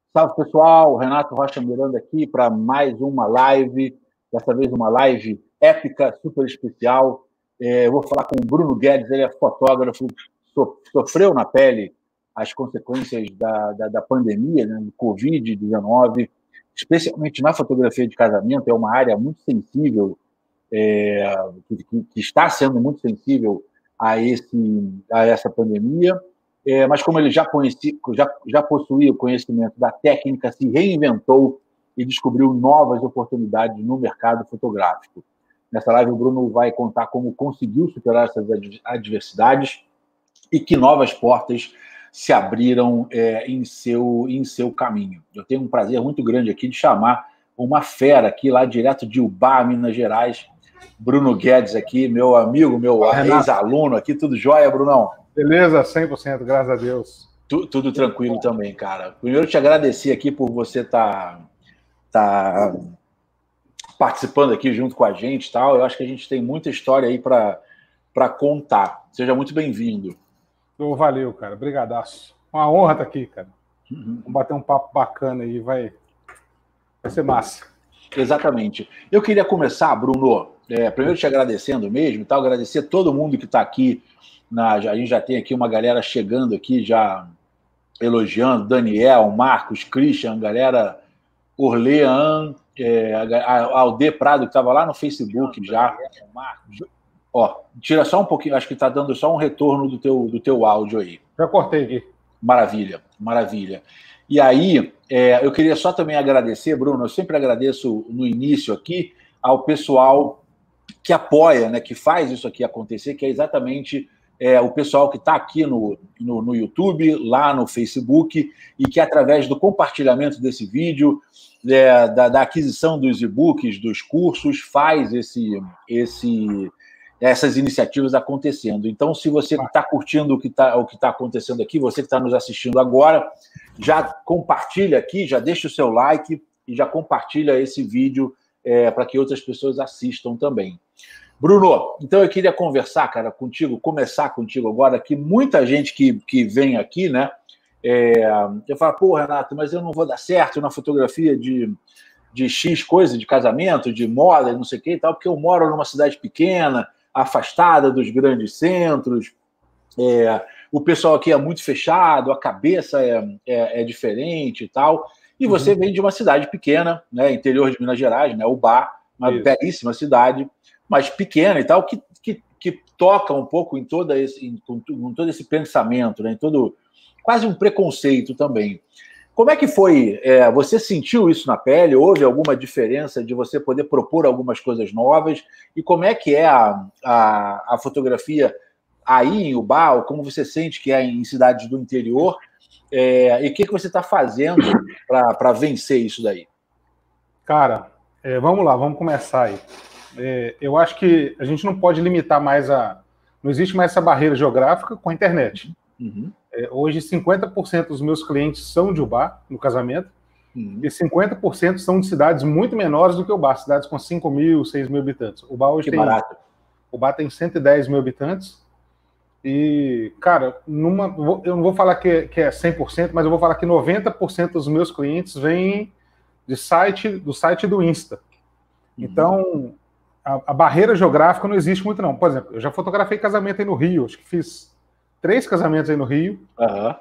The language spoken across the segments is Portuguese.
Salve, pessoal. Renato Rocha Miranda aqui para mais uma live. Dessa vez uma live épica, super especial. Eu vou falar com o Bruno Guedes, ele é fotógrafo, sofreu na pele as consequências da pandemia, né, do Covid-19, especialmente na fotografia de casamento. É uma área muito sensível, que está sendo muito sensível a essa pandemia. Mas como ele já possuía o conhecimento da técnica, se reinventou e descobriu novas oportunidades no mercado fotográfico. Nessa live, o Bruno vai contar como conseguiu superar essas adversidades e que novas portas se abriram em seu caminho. Eu tenho um prazer muito grande aqui de chamar uma fera aqui, lá direto de Ubá, Minas Gerais, Bruno Guedes aqui, meu amigo, meu ex-aluno aqui. Tudo jóia, Brunão? Beleza, 100%, graças a Deus. Tudo tranquilo também, cara. Primeiro, te agradecer aqui por você estar participando aqui junto com a gente e tal. Eu acho que a gente tem muita história aí para contar. Seja muito bem-vindo. Valeu, cara. Brigadaço. Uma honra estar aqui, cara. Vamos bater um papo bacana aí, vai ser massa. Exatamente. Eu queria começar, Bruno, primeiro te agradecendo mesmo, tá? Agradecer a todo mundo que está aqui. A gente já tem aqui uma galera chegando aqui, já elogiando, Daniel, Marcos, Christian, galera, Orlean, a Alde Prado, que estava lá no Facebook já. Ó, tira só um pouquinho, acho que está dando só um retorno do teu áudio aí. Já cortei aqui. Maravilha, maravilha. E aí, eu queria só também agradecer, Bruno, eu sempre agradeço no início aqui ao pessoal que apoia, né, que faz isso aqui acontecer, que é exatamente o pessoal que está aqui no YouTube, lá no Facebook, e que através do compartilhamento desse vídeo, da aquisição dos e-books, dos cursos, faz essas iniciativas acontecendo. Então, se você está curtindo o que está acontecendo aqui, você que está nos assistindo agora, já compartilha aqui, já deixa o seu like e já compartilha esse vídeo para que outras pessoas assistam também. Bruno, então eu queria conversar, cara, contigo, começar contigo agora, que muita gente que vem aqui, né, eu falo, pô, Renato, mas eu não vou dar certo na fotografia de X coisa, de casamento, de moda, não sei o que e tal, porque eu moro numa cidade pequena, afastada dos grandes centros, o pessoal aqui é muito fechado, a cabeça é diferente e tal, e você vem de uma cidade pequena, né, interior de Minas Gerais, né, Ubá, uma belíssima cidade, mas pequena e tal, que toca um pouco em todo esse pensamento, né, em todo quase um preconceito também. Como é que foi? Você sentiu isso na pele? Houve alguma diferença de você poder propor algumas coisas novas? E como é que é a fotografia aí em Ubá, ou como você sente que é em cidades do interior? E o que você está fazendo para vencer isso daí? Cara, vamos lá, vamos começar aí. Eu acho que a gente não pode limitar mais não existe mais essa barreira geográfica com a internet. Uhum. Hoje, 50% dos meus clientes são de Ubá, no casamento, e 50% são de cidades muito menores do que Ubá, cidades com 5 mil, 6 mil habitantes. Ubá hoje Ubá tem 110 mil habitantes, e, cara, eu não vou falar que é 100%, mas eu vou falar que 90% dos meus clientes vêm do site do Insta. Então, a barreira geográfica não existe muito, não. Por exemplo, eu já fotografei casamento aí no Rio, acho que fiz 3 casamentos aí no Rio. Uhum.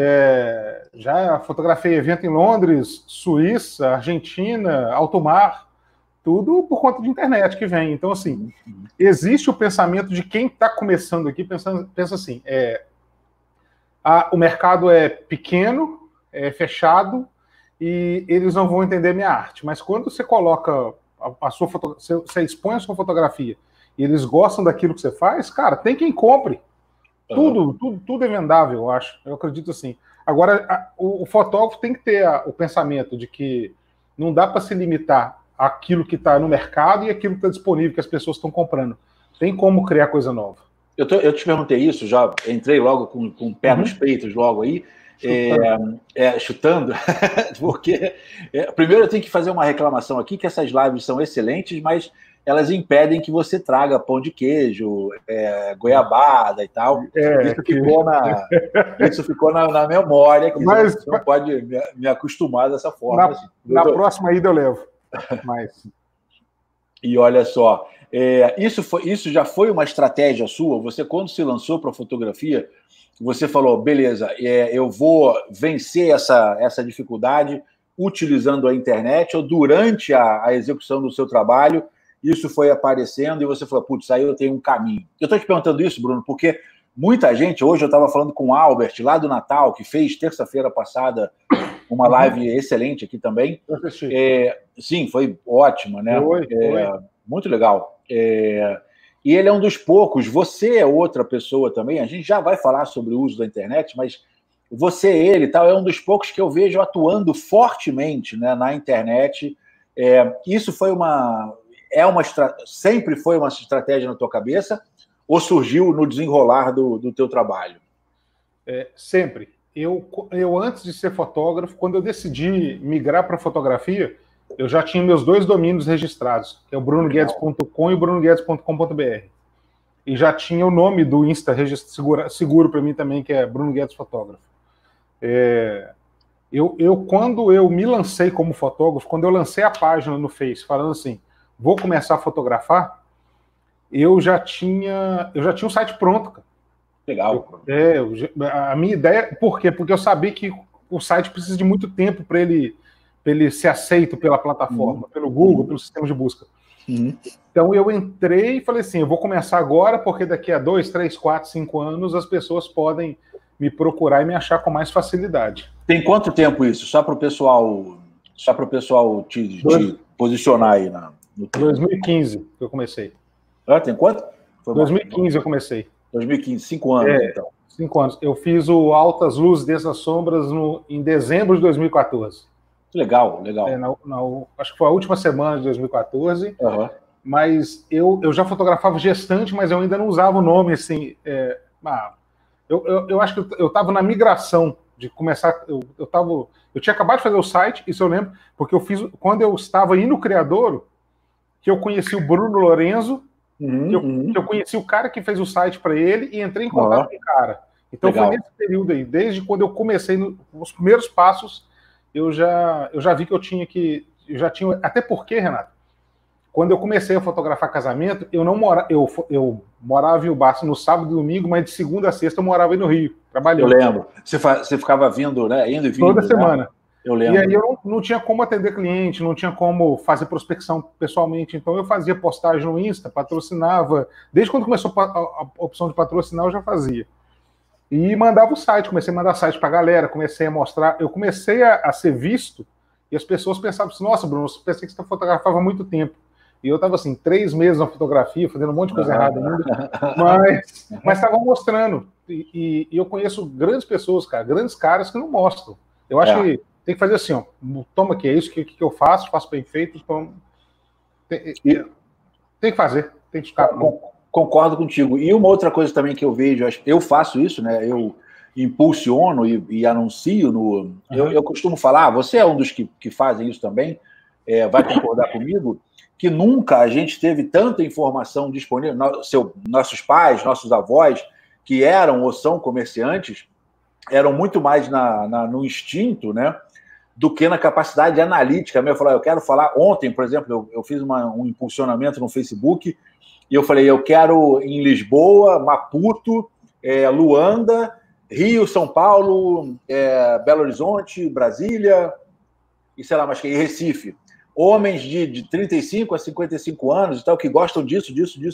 Já fotografei evento em Londres, Suíça, Argentina, alto mar, tudo por conta de internet que vem. Então, assim, existe o pensamento de quem está começando aqui, pensa assim, o mercado é pequeno, é fechado, e eles não vão entender minha arte. Mas quando você coloca você expõe a sua fotografia e eles gostam daquilo que você faz, cara, tem quem compre. Tudo é vendável, eu acho. Eu acredito assim. Agora, o fotógrafo tem que ter o pensamento de que não dá para se limitar àquilo que está no mercado e aquilo que está disponível, que as pessoas estão comprando. Tem como criar coisa nova. Eu te perguntei isso, já entrei logo com o pé nos peitos logo aí, chutando, porque primeiro eu tenho que fazer uma reclamação aqui, que essas lives são excelentes, mas elas impedem que você traga pão de queijo, goiabada e tal. Isso ficou na memória, que você não pode me acostumar dessa forma. Assim. Na próxima ida eu levo. Mas... E olha só, isso já foi uma estratégia sua? Você, quando se lançou para a fotografia, você falou, beleza, eu vou vencer essa dificuldade utilizando a internet, ou durante a execução do seu trabalho, isso foi aparecendo e você falou, putz, aí eu tenho um caminho. Eu estou te perguntando isso, Bruno, porque muita gente, hoje eu estava falando com o Albert, lá do Natal, que fez terça-feira passada uma live excelente aqui também. Sim, foi ótima, né? Foi. Muito legal. E ele é um dos poucos, você é outra pessoa também, a gente já vai falar sobre o uso da internet, mas você, ele, tal, é um dos poucos que eu vejo atuando fortemente, né, na internet. Isso foi sempre foi uma estratégia na tua cabeça ou surgiu no desenrolar do teu trabalho? Sempre. Eu, antes de ser fotógrafo, quando eu decidi migrar para fotografia, eu já tinha meus 2 domínios registrados, que é o brunoguedes.com e o brunoguedes.com.br. E já tinha o nome do Insta seguro para mim também, que é Bruno Guedes Fotógrafo. Quando eu me lancei como fotógrafo, quando eu lancei a página no Face, falando assim, vou começar a fotografar, eu já tinha um site pronto, cara. Legal. A minha ideia, por quê? Porque eu sabia que o site precisa de muito tempo para ele ser aceito pela plataforma, pelo Google, pelo sistema de busca. Então eu entrei e falei assim, eu vou começar agora, porque daqui a 2, 3, 4, 5 anos as pessoas podem me procurar e me achar com mais facilidade. Tem quanto tempo isso? Só para o pessoal te posicionar aí no tempo. 2015 que eu comecei. Tem quanto? 2015 eu comecei. 2015, 5 anos, então. 5 anos. Eu fiz o Altas Luzes Dessas Sombras em dezembro de 2014. Legal. Acho que foi a última semana de 2014. Mas eu já fotografava gestante, mas eu ainda não usava o nome, assim. Eu acho que eu estava na migração de começar. Eu tinha acabado de fazer o site, isso eu lembro, porque eu fiz quando eu estava indo no Criadouro, que eu conheci o Bruno Lorenzo, que eu conheci o cara que fez o site para ele e entrei em contato com o cara. Então legal. Foi nesse período aí, desde quando eu comecei os primeiros passos, eu já vi que eu tinha. Até porque, Renato, quando eu comecei a fotografar casamento, eu morava em Ubaça no sábado e domingo, mas de segunda a sexta eu morava aí no Rio, trabalhando. Eu lembro. Você ficava vindo, né? Indo e vindo. Toda semana. Eu lembro. E aí eu não tinha como atender cliente, não tinha como fazer prospecção pessoalmente. Então eu fazia postagem no Insta, patrocinava. Desde quando começou a opção de patrocinar, eu já fazia. E mandava o site, comecei a mandar site pra galera, comecei a mostrar. Eu comecei a ser visto e as pessoas pensavam assim, nossa, Bruno, eu pensei que você fotografava há muito tempo. E eu estava assim, 3 meses na fotografia, fazendo um monte de coisa errada ainda, mas estava mostrando. E eu conheço grandes pessoas, cara, grandes caras que não mostram. Eu acho que tem que fazer assim, ó, toma aqui, é isso que eu faço bem feito, então tem que fazer, tem que ficar. Concordo contigo. E uma outra coisa também que eu vejo, eu faço isso, né? Eu impulsiono e anuncio no. Eu costumo falar, você é um dos que fazem isso também, vai concordar comigo, que nunca a gente teve tanta informação disponível. Nossos pais, nossos avós, que eram ou são comerciantes, eram muito mais no instinto, né, do que na capacidade analítica. Eu quero falar. Ontem, por exemplo, eu fiz um impulsionamento no Facebook e eu falei, eu quero em Lisboa, Maputo, Luanda, Rio, São Paulo, Belo Horizonte, Brasília e sei lá, mas que Recife. Homens de 35 a 55 anos e tal, que gostam disso.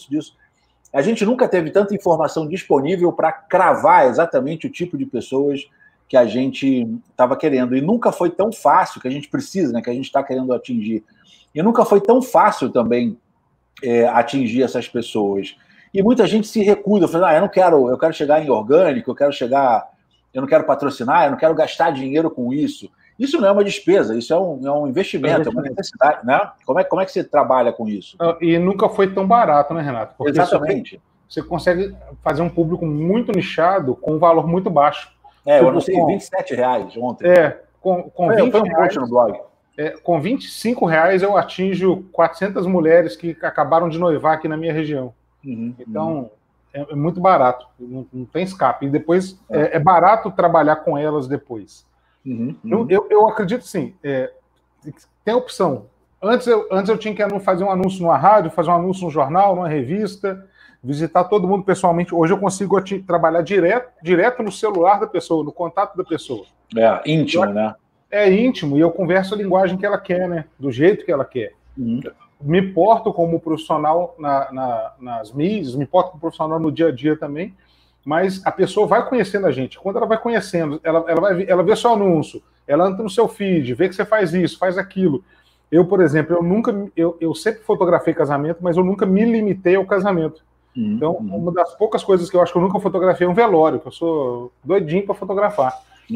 A gente nunca teve tanta informação disponível para cravar exatamente o tipo de pessoas que a gente estava querendo. E nunca foi tão fácil, que a gente precisa, né, que a gente está querendo atingir. E nunca foi tão fácil também atingir essas pessoas. E muita gente se recusa, fala, eu quero chegar em orgânico, eu não quero patrocinar, eu não quero gastar dinheiro com isso. Isso não é uma despesa, isso é um investimento, é uma necessidade, né? Como é que você trabalha com isso? E nunca foi tão barato, né, Renato? Porque exatamente. Você consegue fazer um público muito nichado com um valor muito baixo. Eu não sei, R$27 ontem. Com 20 reais. No blog. com R$ 25 eu atinjo 400 mulheres que acabaram de noivar aqui na minha região. Então, é muito barato, não tem escape. E depois, é barato trabalhar com elas depois. Eu acredito, sim, tem opção. Antes eu tinha que fazer um anúncio numa rádio, fazer um anúncio no jornal, numa revista, visitar todo mundo pessoalmente. Hoje eu consigo trabalhar direto no celular da pessoa, no contato da pessoa. Íntimo, né? É íntimo, e eu converso a linguagem que ela quer, né? Do jeito que ela quer. Me porto como profissional nas mídias, me porto como profissional no dia a dia também, mas a pessoa vai conhecendo a gente. Quando ela vai conhecendo, ela vê seu anúncio, ela entra no seu feed, vê que você faz isso, faz aquilo. Eu, por exemplo, eu sempre fotografei casamento, mas eu nunca me limitei ao casamento. Então, uma das poucas coisas que eu acho que eu nunca fotografei é um velório, que eu sou doidinho para fotografar.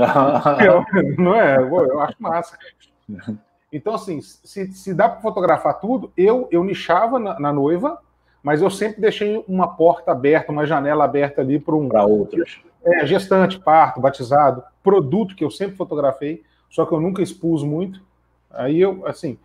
Não é? Eu acho massa. Então, assim, se dá para fotografar tudo, eu nichava na noiva, mas eu sempre deixei uma porta aberta, uma janela aberta ali para outras. Gestante, parto, batizado, produto que eu sempre fotografei, só que eu nunca expus muito. Aí assim,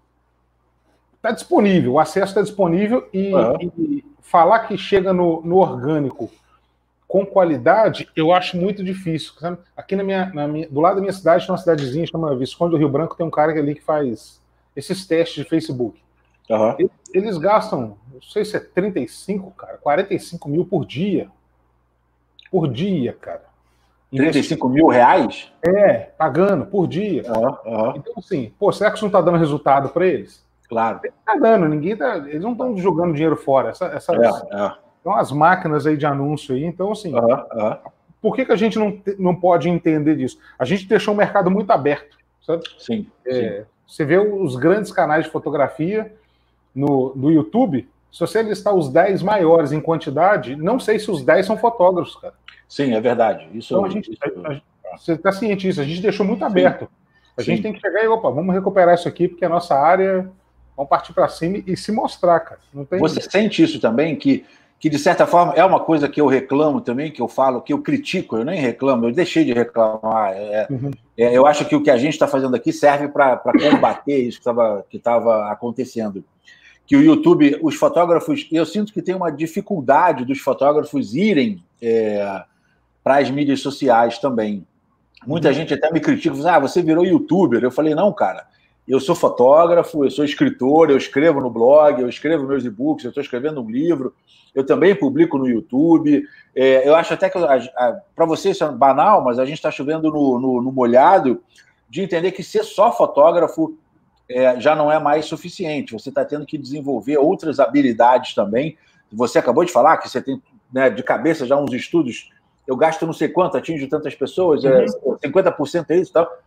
está disponível, o acesso está disponível e falar que chega no orgânico com qualidade, eu acho muito difícil. Sabe? Aqui do lado da minha cidade tem uma cidadezinha chama Visconde do Rio Branco, tem um cara ali que faz esses testes de Facebook. Eles gastam, não sei se é 35, cara, 45 mil por dia. Por dia, cara. 35 mil reais? Pagando por dia. Então, assim, será que isso não está dando resultado para eles? Claro. Está dando, eles não estão jogando dinheiro fora. São as máquinas aí de anúncio aí. Então, assim, por que a gente não pode entender disso? A gente deixou o mercado muito aberto, sabe? Sim. Você vê os grandes canais de fotografia no YouTube, se você listar os 10 maiores em quantidade, não sei se os 10 são fotógrafos, cara. Sim, é verdade. Então, você está ciente disso, a gente deixou muito aberto. A gente tem que chegar e, vamos recuperar isso aqui, porque a nossa área, vamos partir para cima e se mostrar, cara. Você sente isso também, que de certa forma é uma coisa que eu reclamo também, que eu falo, que eu critico, eu nem reclamo, eu deixei de reclamar. Eu acho que o que a gente está fazendo aqui serve para combater isso que estava acontecendo. Que o YouTube, os fotógrafos, eu sinto que tem uma dificuldade dos fotógrafos irem para as mídias sociais também. Muita gente até me critica, fala, você virou youtuber. Eu falei, não, cara, eu sou fotógrafo, eu sou escritor, eu escrevo no blog, eu escrevo meus e-books, eu estou escrevendo um livro, eu também publico no YouTube. Eu acho até que, para você isso é banal, mas a gente está chovendo no molhado de entender que ser só fotógrafo já não é mais suficiente. Você está tendo que desenvolver outras habilidades também. Você acabou de falar que você tem, né, de cabeça já uns estudos, eu gasto não sei quanto, atingo tantas pessoas, 50% é isso e tal.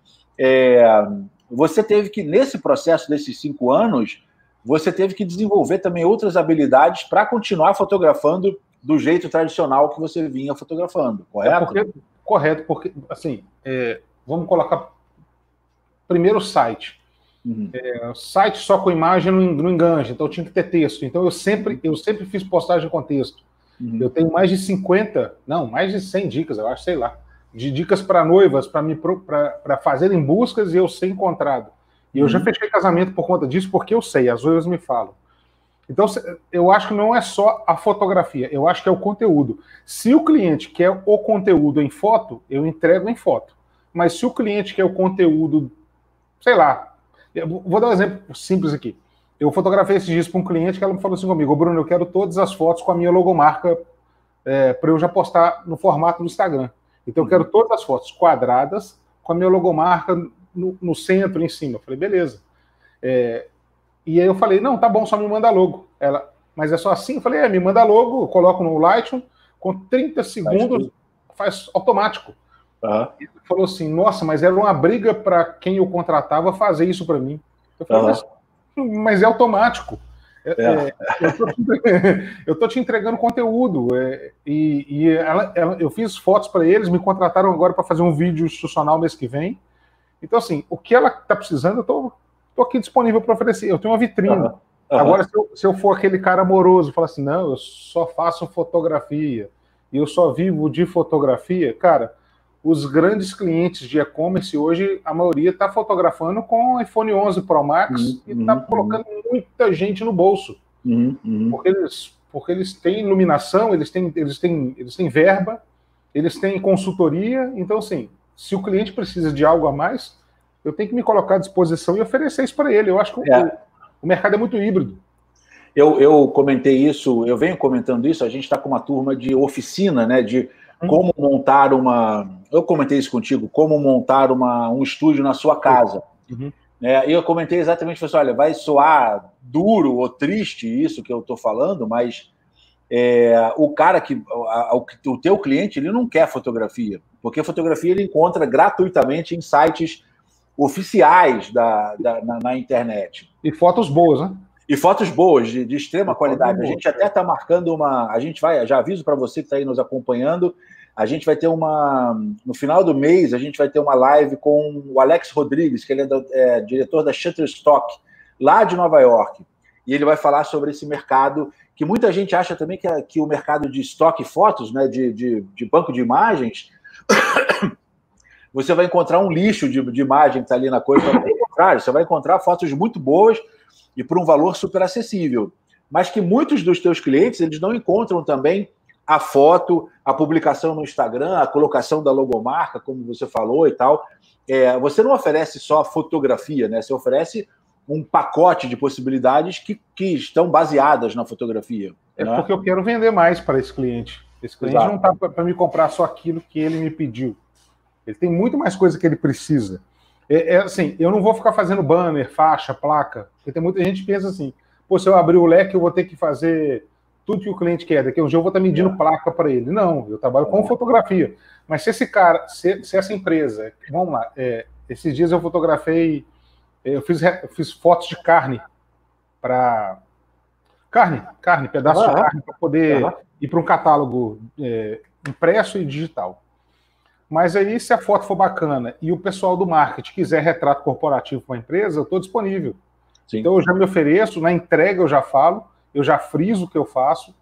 Você teve que, nesse processo desses 5 anos, você teve que desenvolver também outras habilidades para continuar fotografando do jeito tradicional que você vinha fotografando, correto? Correto, porque, assim, vamos colocar primeiro o site. Site só com imagem não enganja, então tinha que ter texto. Então eu sempre fiz postagem com texto. Eu tenho mais de 50, não, mais de 100 dicas, eu acho, sei lá, de dicas para noivas, para fazerem buscas e eu ser encontrado. E eu já fechei casamento por conta disso, porque eu sei, as noivas me falam. Então, eu acho que não é só a fotografia, eu acho que é o conteúdo. Se o cliente quer o conteúdo em foto, eu entrego em foto. Mas se o cliente quer o conteúdo, sei lá, eu vou dar um exemplo simples aqui. Eu fotografei esses dias para um cliente que ela me falou assim comigo, Bruno, eu quero todas as fotos com a minha logomarca para eu já postar no formato do Instagram. Então eu quero todas as fotos quadradas com a minha logomarca no centro, em cima. Eu falei, beleza. E aí eu falei, não, tá bom, só me manda logo. Ela, mas é só assim? Eu falei, me manda logo, eu coloco no Lightroom, com 30 segundos faz automático. Ele falou assim, nossa, mas era uma briga para quem eu contratava fazer isso para mim. Eu falei, mas é automático. Eu tô te entregando conteúdo. Eu fiz fotos para eles, me contrataram agora para fazer um vídeo institucional mês que vem. Então, assim, o que ela está precisando, eu tô aqui disponível para oferecer. Eu tenho uma vitrine. Agora, se eu for aquele cara amoroso, falar assim, não, eu só faço fotografia e eu só vivo de fotografia, cara, os grandes clientes de e-commerce hoje, a maioria está fotografando com o iPhone 11 Pro Max e está colocando muita gente no bolso. Porque eles têm iluminação, eles têm verba, eles têm consultoria. Então, assim, se o cliente precisa de algo a mais, eu tenho que me colocar à disposição e oferecer isso para ele. Eu acho que o mercado é muito híbrido. Eu comentei isso, eu venho comentando isso, a gente está com uma turma de oficina, né, de como montar uma... Eu comentei isso contigo, como montar um estúdio na sua casa. E eu comentei exatamente, falei assim, olha, vai soar duro ou triste isso que eu estou falando, mas o cara o teu cliente, ele não quer fotografia, porque fotografia ele encontra gratuitamente em sites oficiais na internet. E fotos boas, né? E fotos boas, de extrema qualidade. A gente até está marcando a gente vai, já aviso para você que está aí nos acompanhando, a gente vai ter no final do mês, a gente vai ter uma live com o Alex Rodrigues, que ele é diretor da Shutterstock, lá de Nova York. E ele vai falar sobre esse mercado, que muita gente acha também que o mercado de estoque fotos, né, de banco de imagens, você vai encontrar um lixo de imagem que está ali na coisa. Pelo contrário, você vai encontrar fotos muito boas e por um valor super acessível. Mas que muitos dos teus clientes, eles não encontram também a foto, a publicação no Instagram, a colocação da logomarca, como você falou e tal. Você não oferece só fotografia, né? Você oferece um pacote de possibilidades que estão baseadas na fotografia. Né? Porque eu quero vender mais para esse cliente. Esse cliente não está para me comprar só aquilo que ele me pediu. Ele tem muito mais coisa que ele precisa. Assim, eu não vou ficar fazendo banner, faixa, placa, porque tem muita gente que pensa assim, pô, se eu abrir o leque, eu vou ter que fazer tudo que o cliente quer, daqui a um dia eu vou estar medindo placa para ele. Não, eu trabalho com fotografia. Mas se esse cara, se essa empresa, vamos lá, esses dias eu fotografei, eu fiz fotos de carne, para pedaço de carne, para poder ir para um catálogo impresso e digital. Mas aí, se a foto for bacana e o pessoal do marketing quiser retrato corporativo para a empresa, eu estou disponível. Sim. Então, eu já me ofereço, na entrega eu já falo, eu já friso o que eu faço,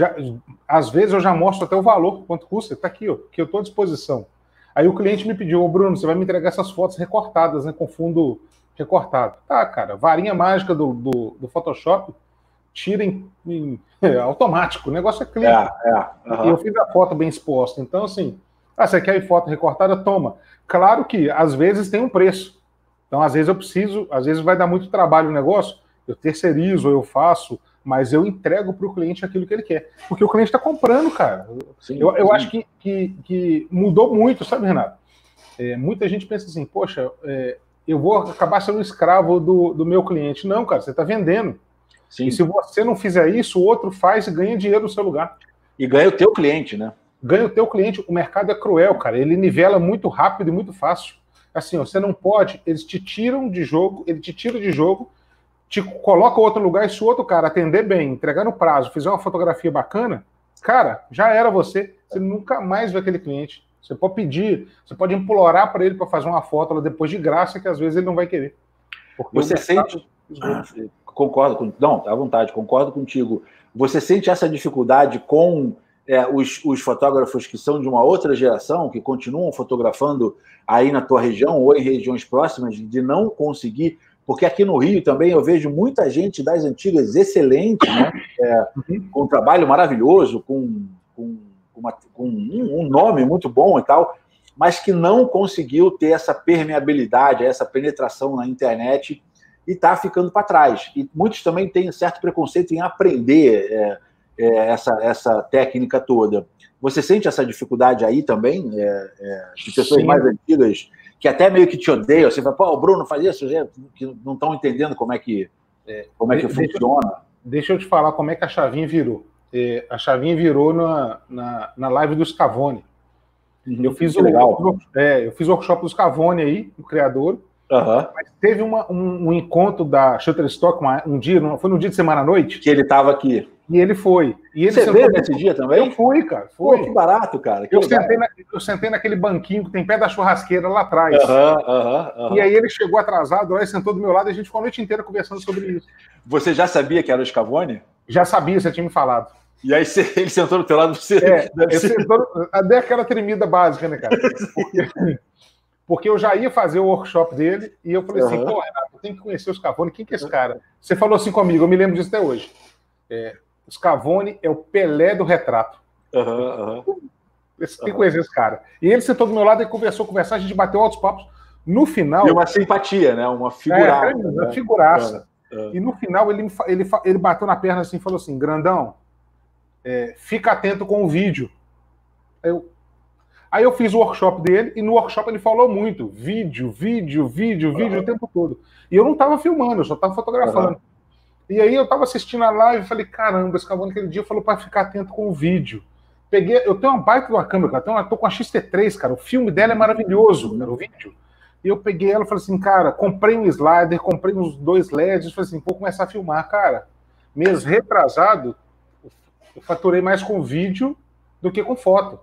às vezes eu já mostro até o valor, quanto custa, está aqui, ó, que eu estou à disposição. Aí o cliente me pediu, Bruno, você vai me entregar essas fotos recortadas, né, com fundo recortado. Tá, cara, varinha mágica do Photoshop, tira automático, o negócio é clique. E eu fiz a foto bem exposta, então, assim... você quer foto recortada? Toma. Claro que, às vezes, tem um preço. Então, às vezes às vezes vai dar muito trabalho o negócio, eu terceirizo, eu faço, mas eu entrego para o cliente aquilo que ele quer. Porque o cliente está comprando, cara. Sim, eu acho que mudou muito, sabe, Renato? Muita gente pensa assim, poxa, eu vou acabar sendo um escravo do meu cliente. Não, cara, você está vendendo. Sim. E se você não fizer isso, o outro faz e ganha dinheiro no seu lugar. E ganha o teu cliente, né? Ganha o teu cliente. O mercado é cruel, cara. Ele nivela muito rápido e muito fácil. Assim, ó, você não pode, eles te tiram de jogo, ele te tira de jogo, te coloca em outro lugar, e se o outro cara atender bem, entregar no prazo, fizer uma fotografia bacana, cara, já era você nunca mais vê aquele cliente. Você pode pedir, você pode implorar para ele para fazer uma foto lá depois de graça, que às vezes ele não vai querer. Você sente... Concordo, não, à vontade, concordo contigo. Você sente essa dificuldade com os fotógrafos que são de uma outra geração, que continuam fotografando aí na tua região ou em regiões próximas, de não conseguir, porque aqui no Rio também eu vejo muita gente das antigas excelente, né? Com um trabalho maravilhoso, com um nome muito bom e tal, mas que não conseguiu ter essa permeabilidade, essa penetração na internet e está ficando para trás. E muitos também têm certo preconceito em aprender essa técnica toda. Você sente essa dificuldade aí também? De pessoas mais antigas que até meio que te odeiam? Você fala, pô, o Bruno faz isso, que não estão entendendo como é que funciona. Deixa eu te falar como é que a chavinha virou. A chavinha virou na live do Scavone. Eu fiz o workshop do Scavone aí, o criador. Mas teve um encontro da Shutterstock um dia, não foi no dia de semana à noite? Que ele estava aqui. E ele foi. E ele Você veio nesse dia também? Eu fui, cara. Foi. Pô, que barato, cara. Eu sentei naquele banquinho que tem pé da churrasqueira lá atrás. E aí ele chegou atrasado lá e sentou do meu lado e a gente ficou a noite inteira conversando sobre isso. Você já sabia que era o Scavone? Já sabia, você tinha me falado. E aí ele sentou do teu lado, você... Dei aquela tremida básica, né, cara? Porque eu já ia fazer o workshop dele e eu falei assim, pô, Renato, tem que conhecer o Scavone. Quem que é esse cara? Você falou assim comigo, eu me lembro disso até hoje. O Scavone é o Pelé do retrato. Você tem que conhecer esse cara. E ele sentou do meu lado e conversou, a gente bateu altos papos. No final... E uma simpatia, né? Uma figuraça. Uma figuraça. E no final ele bateu na perna assim e falou assim, grandão, fica atento com o vídeo. Aí eu fiz o workshop dele e no workshop ele falou muito. Vídeo o tempo todo. E eu não estava filmando, eu só estava fotografando. E aí eu estava assistindo a live e falei, caramba, esse Scavone aquele dia falou para ficar atento com o vídeo. Eu tenho uma baita de uma câmera, cara. Tô com a XT3, cara. O filme dela é maravilhoso, cara, o vídeo. E eu peguei ela e falei assim, cara, comprei um slider, comprei uns 2 LEDs, falei assim, vou começar a filmar, cara. Mês retrasado, eu faturei mais com vídeo do que com foto.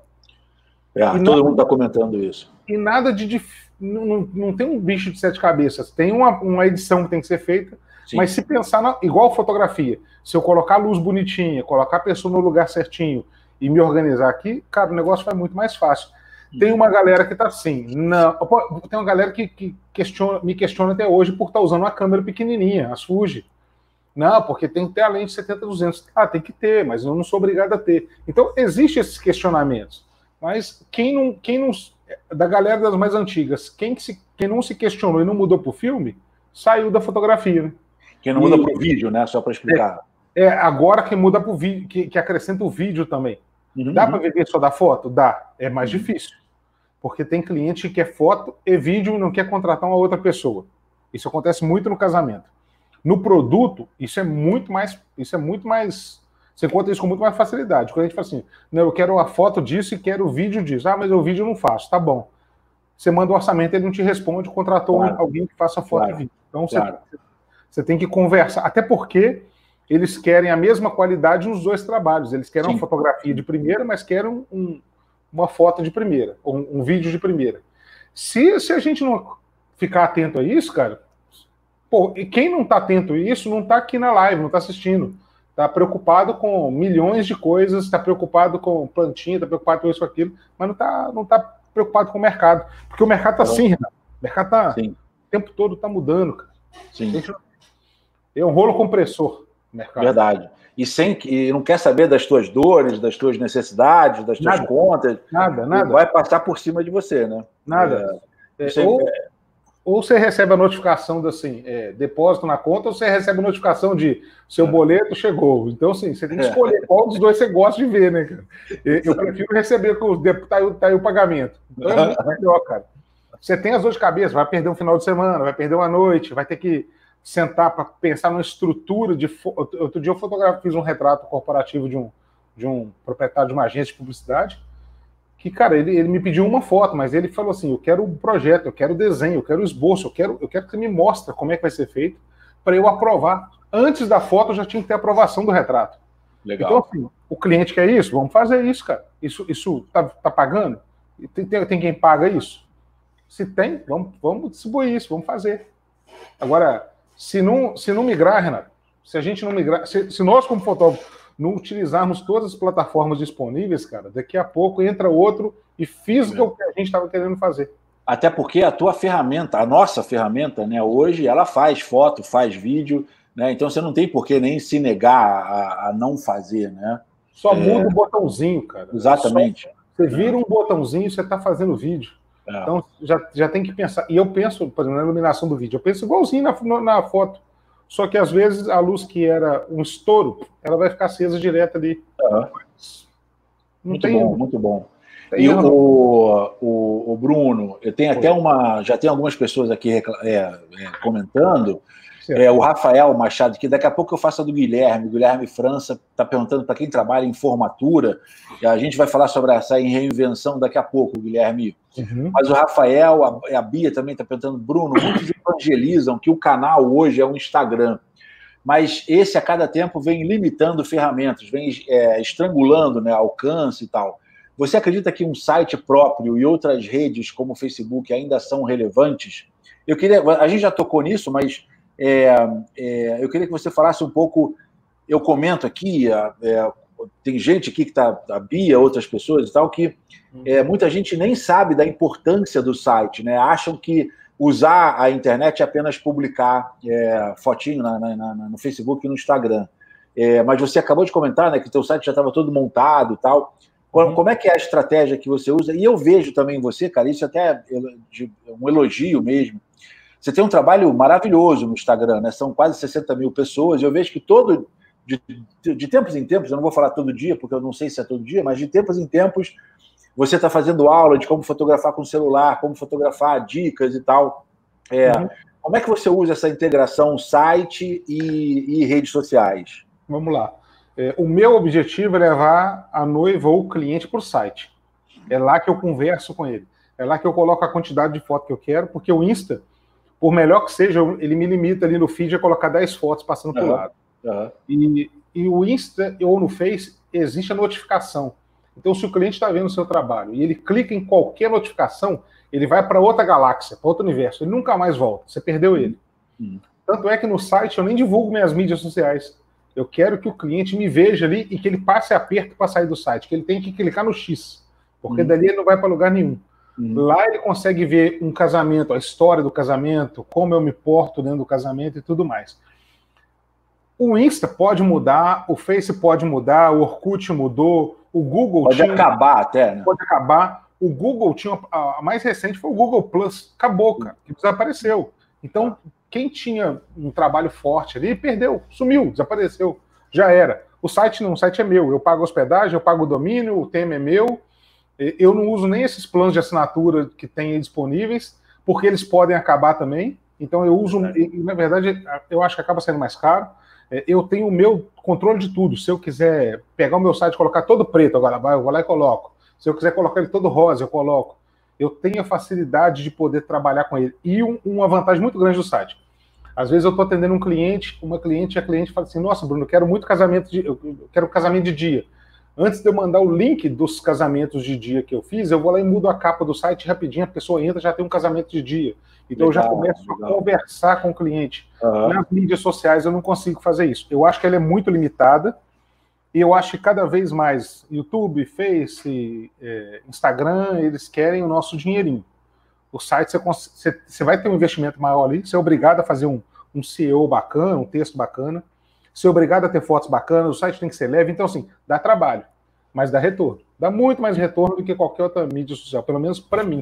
Todo mundo está comentando isso. E nada de... Não tem um bicho de 7 cabeças. Tem uma edição que tem que ser feita, sim. Mas se pensar igual fotografia, se eu colocar a luz bonitinha, colocar a pessoa no lugar certinho e me organizar aqui, cara, o negócio vai muito mais fácil. Tem uma galera que tá assim, não, tem uma galera que me questiona até hoje por estar usando uma câmera pequenininha, as Fuji. Não, porque tem que ter a lente 70-200. Tem que ter, mas eu não sou obrigado a ter. Então, existem esses questionamentos. Mas quem não da galera das mais antigas, quem não se questionou e não mudou pro filme, saiu da fotografia, né? Quem não muda pro vídeo, né? Só para explicar. Agora quem muda pro vídeo, que acrescenta o vídeo também. Dá para viver só da foto? Dá. É mais difícil. Porque tem cliente que quer foto e vídeo e não quer contratar uma outra pessoa. Isso acontece muito no casamento. No produto, isso é muito mais... Você encontra isso com muito mais facilidade. Quando a gente fala assim, não, eu quero a foto disso e quero o vídeo disso. Mas o vídeo eu não faço. Tá bom. Você manda o orçamento, ele não te responde, contratou alguém que faça foto e vídeo. Então você tem que conversar. Até porque eles querem a mesma qualidade nos 2 trabalhos. Eles querem uma fotografia de primeira, mas querem uma foto de primeira, ou um vídeo de primeira. Se a gente não ficar atento a isso, cara, pô, e quem não está atento a isso não está aqui na live, não está assistindo. Está preocupado com milhões de coisas, está preocupado com plantinha, está preocupado com isso, com aquilo, mas não tá preocupado com o mercado. Porque o mercado está assim, Renato. O mercado está o tempo todo está mudando, cara. Sim. É um rolo compressor. Mercado. Verdade. E não quer saber das tuas dores, das tuas necessidades, das tuas contas. Nada. Vai passar por cima de você, né? Nada. Ou você recebe a notificação do depósito na conta, ou você recebe a notificação de seu boleto chegou. Então, assim, você tem que escolher qual dos 2 você gosta de ver, né, cara? Eu prefiro receber com tá aí o pagamento. Então é muito melhor, cara. Você tem as dores de cabeça, vai perder um final de semana, vai perder uma noite, vai ter que sentar para pensar numa estrutura de... Outro dia eu fiz um retrato corporativo de um proprietário de uma agência de publicidade, que, cara, ele me pediu uma foto, mas ele falou assim, eu quero o projeto, eu quero o desenho, eu quero o esboço, eu quero que você me mostre como é que vai ser feito, para eu aprovar. Antes da foto, eu já tinha que ter aprovação do retrato. Legal. Então, assim, o cliente quer isso? Vamos fazer isso, cara. Isso tá pagando? Tem quem paga isso? Se tem, vamos distribuir isso, vamos fazer. Agora, se não migrar, Renato, se a gente não migrar, se nós, como fotógrafo, não utilizarmos todas as plataformas disponíveis, cara, daqui a pouco entra outro e fisga o que a gente estava querendo fazer. Até porque a tua ferramenta, a nossa ferramenta, né, hoje, ela faz foto, faz vídeo, né? Então você não tem por que nem se negar a não fazer, né? Só muda o botãozinho, cara. Exatamente. Você vira um botãozinho e você está fazendo vídeo. Então já tem que pensar. E eu penso, por exemplo, na iluminação do vídeo, eu penso igualzinho na foto. Só que às vezes a luz que era um estouro, ela vai ficar acesa direto ali. Muito bom. E o Bruno, eu tenho até já tem algumas pessoas aqui comentando. O Rafael Machado, que daqui a pouco eu faço a do Guilherme França, está perguntando para quem trabalha em formatura, e a gente vai falar sobre essa reinvenção daqui a pouco, Guilherme. Mas o Rafael, a Bia também está perguntando, Bruno, muitos evangelizam que o canal hoje é um Instagram, mas esse a cada tempo vem limitando ferramentas, vem estrangulando, né, alcance e tal. Você acredita que um site próprio e outras redes como o Facebook ainda são relevantes? A gente já tocou nisso, mas eu queria que você falasse um pouco, eu comento aqui, tem gente aqui que está, a Bia, outras pessoas e tal, que muita gente nem sabe da importância do site, né? Acham que usar a internet é apenas publicar fotinho no Facebook e no Instagram. Mas você acabou de comentar, né, que o teu site já estava todo montado e tal. Como é que é a estratégia que você usa? E eu vejo também em você, cara, isso até é um elogio mesmo. Você tem um trabalho maravilhoso no Instagram, né? São quase 60 mil pessoas, e eu vejo que de tempos em tempos, eu não vou falar todo dia, porque eu não sei se é todo dia, mas de tempos em tempos, você está fazendo aula de como fotografar com o celular, como fotografar, dicas e tal. Como é que você usa essa integração site e redes sociais? Vamos lá. O meu objetivo é levar a noiva ou o cliente para o site. É lá que eu converso com ele. É lá que eu coloco a quantidade de fotos que eu quero, porque o Insta, por melhor que seja, ele me limita ali no feed a colocar 10 fotos passando por lado. E o Insta ou no Face existe a notificação. Então, se o cliente está vendo o seu trabalho e ele clica em qualquer notificação, ele vai para outra galáxia, para outro universo. Ele nunca mais volta. Você perdeu ele. Tanto é que no site eu nem divulgo minhas mídias sociais. Eu quero que o cliente me veja ali e que ele passe aperto para sair do site, que ele tem que clicar no X, porque dali ele não vai para lugar nenhum. Lá ele consegue ver um casamento, a história do casamento, como eu me porto dentro do casamento e tudo mais. O Insta pode mudar, o Face pode mudar, o Orkut mudou, o Google pode acabar até, né? Pode acabar. O Google tinha, a mais recente foi o Google Plus, acabou, cara, que desapareceu. Então, quem tinha um trabalho forte ali, perdeu, sumiu, desapareceu, já era. O site não, o site é meu, eu pago hospedagem, eu pago o domínio, o tema é meu, eu não uso nem esses planos de assinatura que tem aí disponíveis, porque eles podem acabar também, então eu uso, e, na verdade, eu acho que acaba sendo mais caro. Eu tenho o meu controle de tudo, se eu quiser pegar o meu site e colocar todo preto, agora eu vou lá e coloco, se eu quiser colocar ele todo rosa, eu coloco. Eu tenho a facilidade de poder trabalhar com ele. E uma vantagem muito grande do site. Às vezes eu estou atendendo um cliente, a cliente fala assim, nossa, Bruno, eu quero muito casamento eu quero casamento de dia. Antes de eu mandar o link dos casamentos de dia que eu fiz, eu vou lá e mudo a capa do site rapidinho, a pessoa entra, já tem um casamento de dia. Então legal, eu já começo a conversar com o cliente. Nas mídias sociais eu não consigo fazer isso. Eu acho que ela é muito limitada, e eu acho que cada vez mais YouTube, Face, Instagram, eles querem o nosso dinheirinho. O site, você vai ter um investimento maior ali, você é obrigado a fazer um SEO bacana, um texto bacana, você é obrigado a ter fotos bacanas, o site tem que ser leve, então assim, dá trabalho, mas dá retorno. Dá muito mais retorno do que qualquer outra mídia social, pelo menos para mim.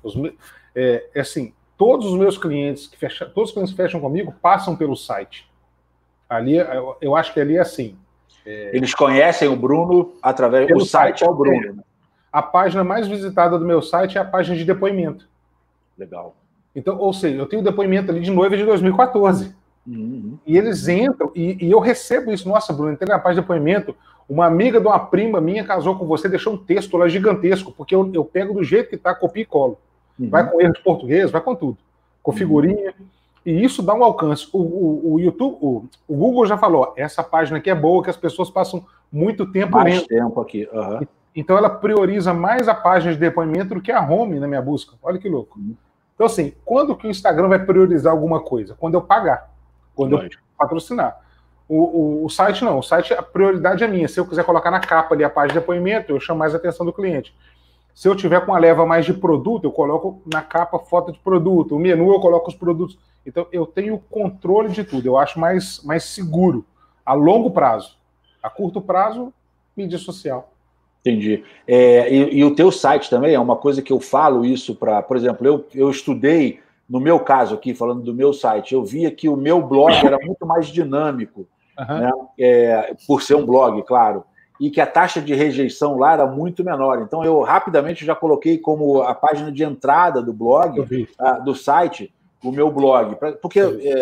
Assim, todos os meus clientes todos os clientes que fecham comigo passam pelo site. Ali, eu acho que ali é assim. Eles conhecem o Bruno através do site. É o Bruno. A página mais visitada do meu site é a página de depoimento. Legal. Então, ou seja, eu tenho depoimento ali de noiva de 2014. E eles entram, e eu recebo isso. Nossa, Bruno, entrei na página de depoimento, uma amiga de uma prima minha casou com você, deixou um texto lá gigantesco, porque eu pego do jeito que está, copio e colo. Vai com erro de português, vai com tudo. Com figurinha. E isso dá um alcance. O YouTube, o Google já falou, essa página aqui é boa, que as pessoas passam muito tempo lendo. Mais tempo aqui. Então ela prioriza mais a página de depoimento do que a home na minha busca. Olha que louco. Então assim, quando que o Instagram vai priorizar alguma coisa? Quando eu pagar. Quando eu patrocinar. O site não. O site, a prioridade é minha. Se eu quiser colocar na capa ali a página de depoimento, eu chamo mais a atenção do cliente. Se eu tiver com uma leva mais de produto, eu coloco na capa foto de produto. O menu eu coloco os produtos. Então eu tenho controle de tudo. Eu acho mais seguro. A longo prazo. A curto prazo, mídia social. Entendi. E o teu site também é uma coisa que eu falo isso para... Por exemplo, eu estudei, no meu caso aqui, falando do meu site, eu via que o meu blog era muito mais dinâmico, né? Por ser um blog, claro, e que a taxa de rejeição lá era muito menor. Então, eu rapidamente já coloquei como a página de entrada do blog, do site, o meu blog. Porque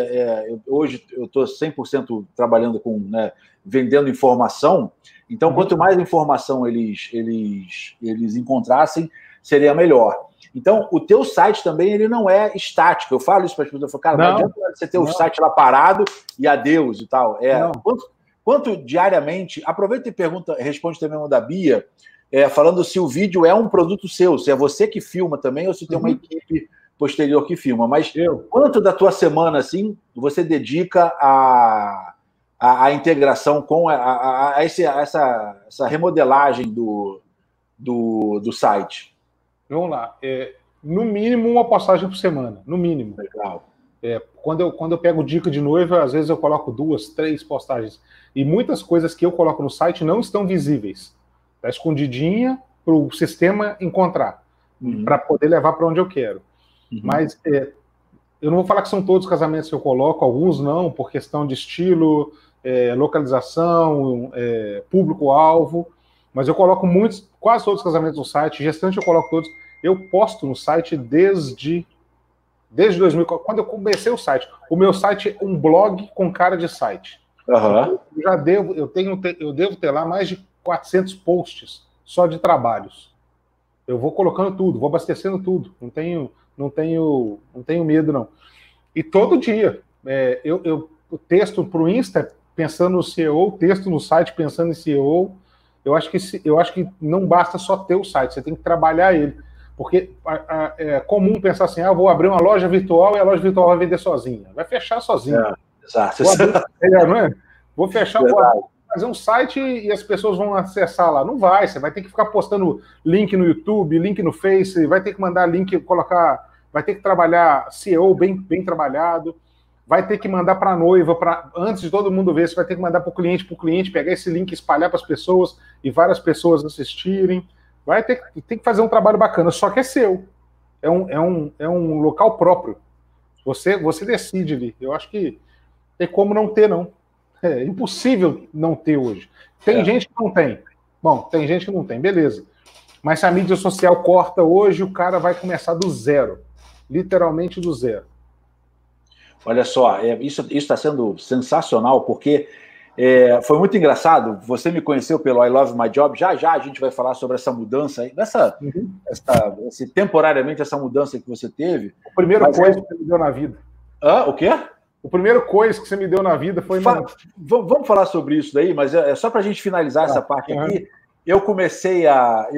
hoje eu estou 100% trabalhando com, né, vendendo informação. Então, quanto mais informação eles encontrassem, seria melhor. Então, o teu site também ele não é estático. Eu falo isso para as pessoas. Eu falo, cara, não adianta você ter o site lá parado e adeus e tal. Quanto diariamente... Aproveita e responde também uma da Bia, falando se o vídeo é um produto seu, se é você que filma também ou se tem uma equipe posterior que filma. Mas quanto da tua semana assim, você dedica a integração com essa remodelagem do site? Vamos lá. No mínimo, uma postagem por semana. No mínimo. Legal. Quando eu pego dica de noiva, às vezes eu coloco 2, 3 postagens. E muitas coisas que eu coloco no site não estão visíveis. Está escondidinha para o sistema encontrar, para poder levar para onde eu quero. Mas eu não vou falar que são todos os casamentos que eu coloco, alguns não, por questão de estilo, localização, público-alvo, mas eu coloco quase todos os casamentos no site, gestante eu coloco todos. Eu posto no site desde 2000, quando eu comecei o site. O meu site é um blog com cara de site. Eu devo ter lá mais de 400 posts só de trabalhos. Eu vou colocando tudo, vou abastecendo tudo. Não tenho medo, não. E todo dia, eu texto para o Insta pensando no SEO, texto no site pensando em SEO. Eu acho que não basta só ter o site, você tem que trabalhar ele. Porque é comum pensar assim, eu vou abrir uma loja virtual e a loja virtual vai vender sozinha. Vai fechar sozinha. Exato. Não é? Vou fechar, vou fazer um site e as pessoas vão acessar lá. Não vai, você vai ter que ficar postando link no YouTube, link no Face, vai ter que mandar link, vai ter que trabalhar SEO bem trabalhado, vai ter que mandar para a noiva, antes de todo mundo ver, você vai ter que mandar para o cliente pegar esse link, espalhar para as pessoas e várias pessoas assistirem. Tem que fazer um trabalho bacana, só que é seu. É um local próprio. Você decide ali. Eu acho que tem como não ter, não. É impossível não ter hoje. Tem gente que não tem. Bom, tem gente que não tem, beleza. Mas se a mídia social corta hoje, o cara vai começar do zero. Literalmente do zero. Olha só, isso está sendo sensacional, porque foi muito engraçado. Você me conheceu pelo I Love My Job. Já a gente vai falar sobre essa mudança, temporariamente essa mudança que você teve. O primeiro coisa que você me deu na vida. O quê? O primeiro coisa que você me deu na vida foi... Vamos falar sobre isso daí, mas é só para a gente finalizar essa parte aqui. Eu comecei a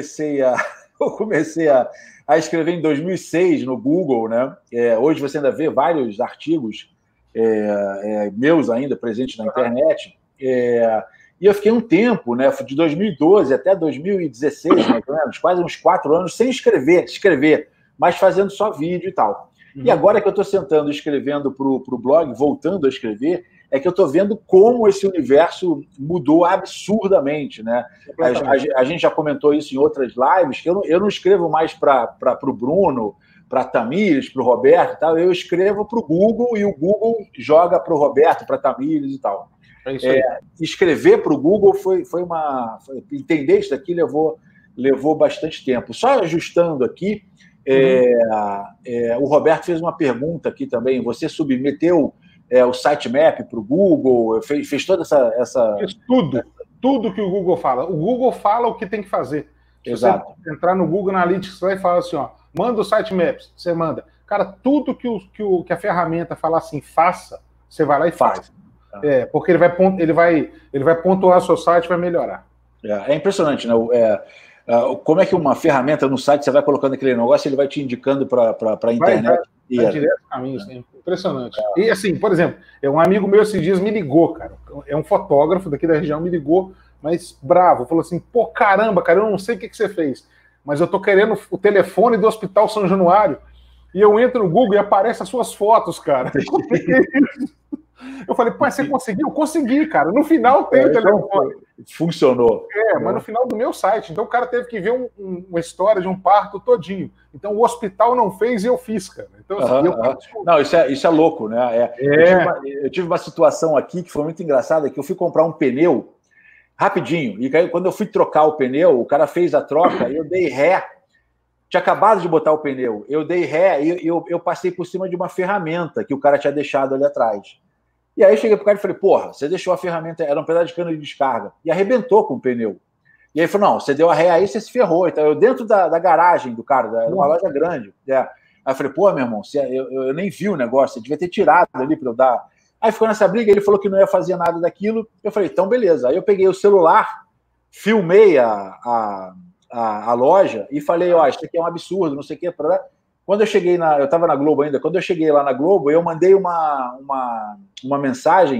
escrever em 2006 no Google, né? Hoje você ainda vê vários artigos meus ainda presentes na internet. E eu fiquei um tempo, né? De 2012 até 2016, mais ou menos, quase uns 4 anos, sem escrever, mas fazendo só vídeo e tal. E agora que eu estou sentando e escrevendo para o blog, voltando a escrever, é que eu estou vendo como esse universo mudou absurdamente, né? A gente já comentou isso em outras lives, que eu não escrevo mais para o Bruno, para a Tamires, para o Roberto e tal, eu escrevo para o Google e o Google joga para o Roberto, para a Tamires e tal. Escrever para o Google entender isso daqui levou bastante tempo. Só ajustando aqui, o Roberto fez uma pergunta aqui também. Você submeteu o sitemap para o Google, fez toda essa... Fez tudo que o Google fala. O Google fala o que tem que fazer. Exato. Você entrar no Google Analytics e fala assim, manda o sitemap, você manda. Cara, tudo que a ferramenta falar assim, faça, você vai lá e faz. Porque ele vai pontuar o seu site, vai melhorar. É impressionante, né? Como é que uma ferramenta no site, você vai colocando aquele negócio, ele vai te indicando para a internet. Vai direto no caminho, impressionante. E assim, por exemplo, um amigo meu esses dias me ligou, cara. É um fotógrafo daqui da região, me ligou, mas bravo. Falou assim, pô, caramba, cara, eu não sei o que você fez, mas eu tô querendo o telefone do Hospital São Januário. E eu entro no Google e aparecem as suas fotos, cara. Eu falei, pô, você conseguiu? Consegui, cara. No final tem o telefone. Funcionou. Mas no final do meu site. Então o cara teve que ver uma história de um parto todinho. Então o hospital não fez e eu fiz, cara. Então, Não, isso é louco, né? Eu tive uma situação aqui que foi muito engraçada, que eu fui comprar um pneu rapidinho. E aí, quando eu fui trocar o pneu, o cara fez a troca e eu dei ré. Tinha acabado de botar o pneu. Eu dei ré e eu passei por cima de uma ferramenta que o cara tinha deixado ali atrás. E aí eu cheguei pro cara e falei, porra, você deixou a ferramenta, era um pedaço de cano de descarga, e arrebentou com o pneu. E aí ele falou, não, você deu a ré aí, você se ferrou. Então, eu dentro da garagem do cara, de uma loja grande. Aí eu falei, pô, meu irmão, eu nem vi o negócio, você devia ter tirado ali para eu dar. Aí ficou nessa briga, ele falou que não ia fazer nada daquilo. Eu falei, então beleza. Aí eu peguei o celular, filmei a loja e falei, isso aqui é um absurdo, não sei o que. Quando eu cheguei eu estava na Globo ainda, quando eu cheguei lá na Globo, eu mandei uma mensagem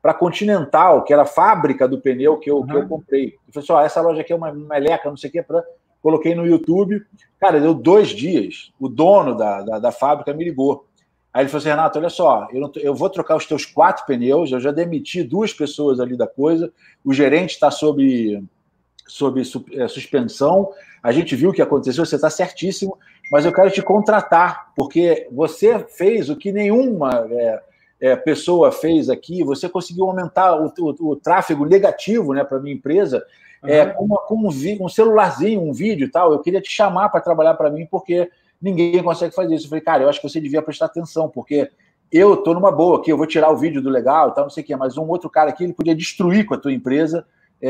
para Continental, que era a fábrica do pneu que eu comprei. Eu falei assim, ó, essa loja aqui é uma meleca, não sei o que, coloquei no YouTube. Cara, deu 2 dias, o dono da fábrica me ligou. Aí ele falou assim, Renato, olha só, eu vou trocar os teus 4 pneus, eu já demiti 2 pessoas ali da coisa, o gerente está sob suspensão, a gente viu o que aconteceu, você está certíssimo, mas eu quero te contratar, porque você fez o que nenhuma pessoa fez aqui, você conseguiu aumentar o tráfego negativo, né, para a minha empresa, com um celularzinho, um vídeo e tal, eu queria te chamar para trabalhar para mim, porque ninguém consegue fazer isso. Eu falei, cara, eu acho que você devia prestar atenção, porque eu estou numa boa aqui, eu vou tirar o vídeo do legal e tal, não sei o quê, mas um outro cara aqui, ele podia destruir com a tua empresa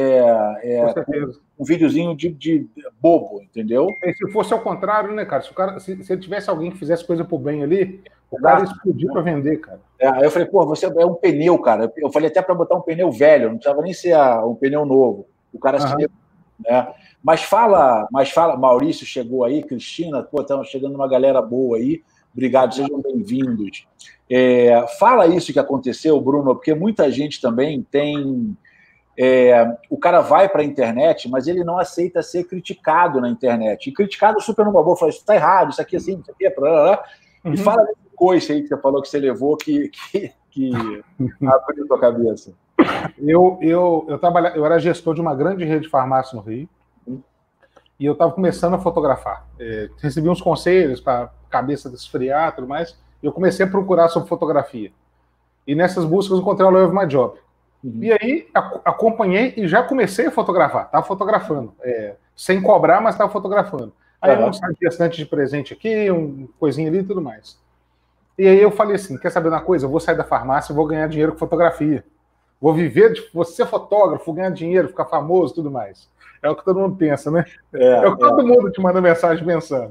um videozinho de bobo, entendeu? E se fosse ao contrário, né, cara? Se ele tivesse alguém que fizesse coisa por bem ali, o cara ia explodir para vender, cara. Aí eu falei, pô, você é um pneu, cara. Eu falei até para botar um pneu velho, não precisava nem ser um pneu novo. O cara se deu, né? Mas fala, Maurício chegou aí, Cristina, pô, estamos chegando uma galera boa aí. Obrigado, sejam bem-vindos. Fala isso que aconteceu, Bruno, porque muita gente também tem... o cara vai para a internet, mas ele não aceita ser criticado na internet. E criticado super numa boa, fala, isso está errado, isso aqui assim, isso aqui é... E fala desse coice aí que você falou que você levou que abriu tua cabeça. Eu era gestor de uma grande rede de farmácia no Rio, e eu estava começando a fotografar. Recebi uns conselhos para cabeça esfriar e tudo mais, e eu comecei a procurar sobre fotografia. E nessas buscas eu encontrei o Love My Job. E aí acompanhei e já comecei a fotografar. Estava fotografando. Sem cobrar, mas estava fotografando. Aí um gestante de presente aqui, um coisinha ali e tudo mais. E aí eu falei assim, quer saber uma coisa? Eu vou sair da farmácia e vou ganhar dinheiro com fotografia. Vou viver vou ser fotógrafo, ganhar dinheiro, ficar famoso e tudo mais. É o que todo mundo pensa, né? É o que todo mundo te manda mensagem pensando.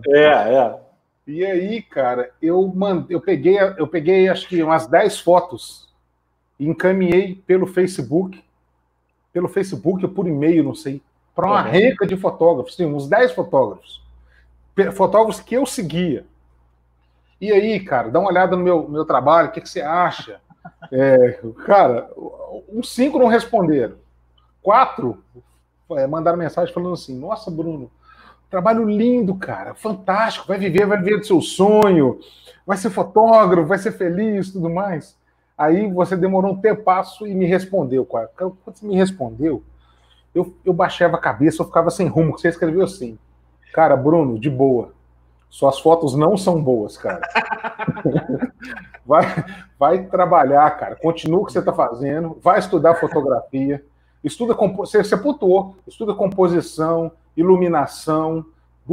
E aí, cara, eu peguei acho que umas 10 fotos e encaminhei pelo Facebook ou por e-mail, não sei, para uma renca de fotógrafos, sim, uns 10 fotógrafos que eu seguia. E aí, cara, dá uma olhada no meu trabalho, o que você acha? Cara, uns 5 não responderam. 4 mandaram mensagem falando assim, nossa, Bruno, trabalho lindo, cara, fantástico, vai viver do seu sonho, vai ser fotógrafo, vai ser feliz, tudo mais. Aí você demorou um tempasso e me respondeu. Quando você me respondeu, eu baixava a cabeça, eu ficava sem rumo, você escreveu assim, cara, Bruno, de boa, suas fotos não são boas, cara. Vai trabalhar, cara, continua o que você está fazendo, vai estudar fotografia, você pontuou, estuda composição, iluminação,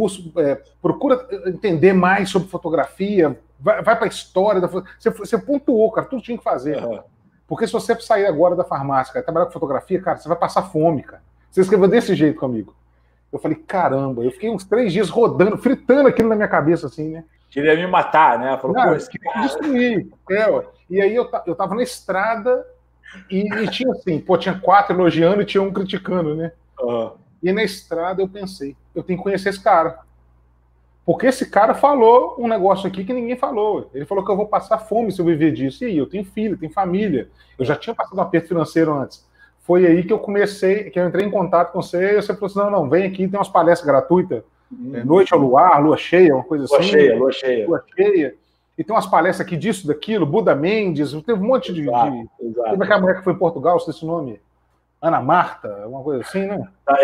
procura entender mais sobre fotografia, vai para a história da fotografia. Você pontuou, cara, tudo tinha que fazer. Porque se você sair agora da farmácia, cara, trabalhar com fotografia, cara, você vai passar fome, cara. Você escreveu desse jeito comigo. Eu falei, caramba, eu fiquei uns 3 dias rodando, fritando aquilo na minha cabeça, assim, né? Queria me matar, né? Falou, não, queria destruir. E aí eu tava na estrada e tinha assim, tinha 4 elogiando e tinha um criticando, né? E na estrada eu pensei, eu tenho que conhecer esse cara. Porque esse cara falou um negócio aqui que ninguém falou. Ele falou que eu vou passar fome se eu viver disso. E aí, eu tenho filho, tenho família. Eu já tinha passado um aperto financeiro antes. Foi aí que eu entrei em contato com você, e você falou assim, não, vem aqui, tem umas palestras gratuitas, noite ao luar, lua cheia, uma coisa assim. Lua cheia. E tem umas palestras aqui disso, daquilo, Buda Mendes, teve um monte de... Teve aquela mulher que foi em Portugal, sei esse nome, Ana Marta, uma coisa assim, né?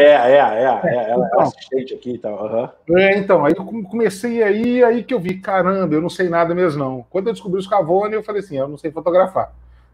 Ela é assistente aqui e tal. Então, aí eu comecei aí que eu vi, caramba, eu não sei nada mesmo, não. Quando eu descobri o Scavone, eu falei assim, eu não sei fotografar.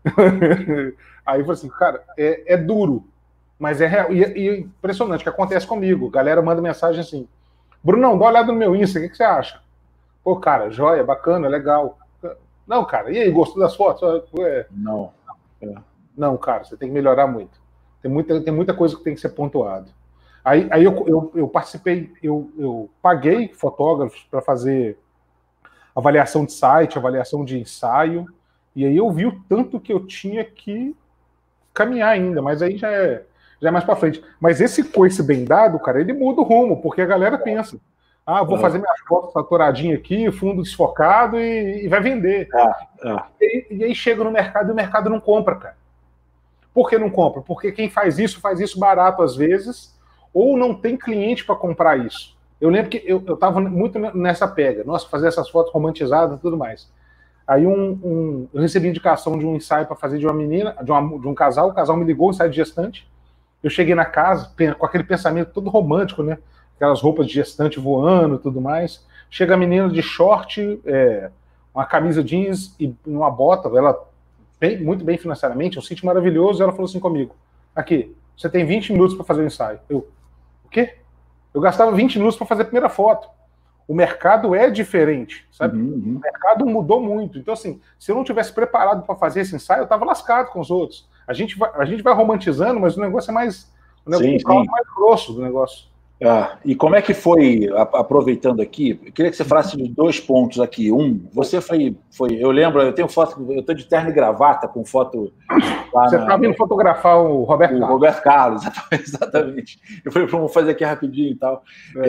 Aí eu falei assim, cara, é duro, mas é real. E impressionante, o que acontece comigo. A galera manda mensagem assim, Brunão, dá uma olhada no meu Insta, o que você acha? Pô, cara, joia, bacana, legal. Não, cara, e aí, gostou das fotos? Não. Não, cara, você tem que melhorar muito. Tem muita coisa que tem que ser pontuado. Aí eu participei, eu paguei fotógrafos para fazer avaliação de site, avaliação de ensaio, e aí eu vi o tanto que eu tinha que caminhar ainda, mas aí já é mais para frente. Mas esse coice bem dado, cara, ele muda o rumo, porque a galera pensa, vou fazer minha foto saturadinha aqui, fundo desfocado e vai vender. E aí chega no mercado e o mercado não compra, cara. Por que não compra? Porque quem faz isso barato às vezes, ou não tem cliente para comprar isso. Eu lembro que eu estava muito nessa pega. Nossa, fazer essas fotos romantizadas e tudo mais. Aí eu recebi indicação de um ensaio para fazer de uma menina, de um casal. O casal me ligou, um ensaio de gestante. Eu cheguei na casa com aquele pensamento todo romântico, né? Aquelas roupas de gestante voando e tudo mais. Chega a menina de short, uma camisa jeans e uma bota, ela muito bem financeiramente, um sítio maravilhoso. Ela falou assim comigo: aqui, você tem 20 minutos para fazer o ensaio. O quê? Eu gastava 20 minutos para fazer a primeira foto. O mercado é diferente, sabe? Uhum. O mercado mudou muito. Então, assim, se eu não tivesse preparado para fazer esse ensaio, eu estava lascado com os outros. A gente vai romantizando, mas o negócio é mais... O caldo mais grosso do negócio. E como é que foi, aproveitando aqui, eu queria que você falasse de 2 pontos aqui. Você foi eu lembro, eu tenho foto, eu estou de terno e gravata com foto... Você está vindo fotografar o Roberto Carlos. Roberto Carlos, exatamente. Eu falei, vamos fazer aqui rapidinho e tal.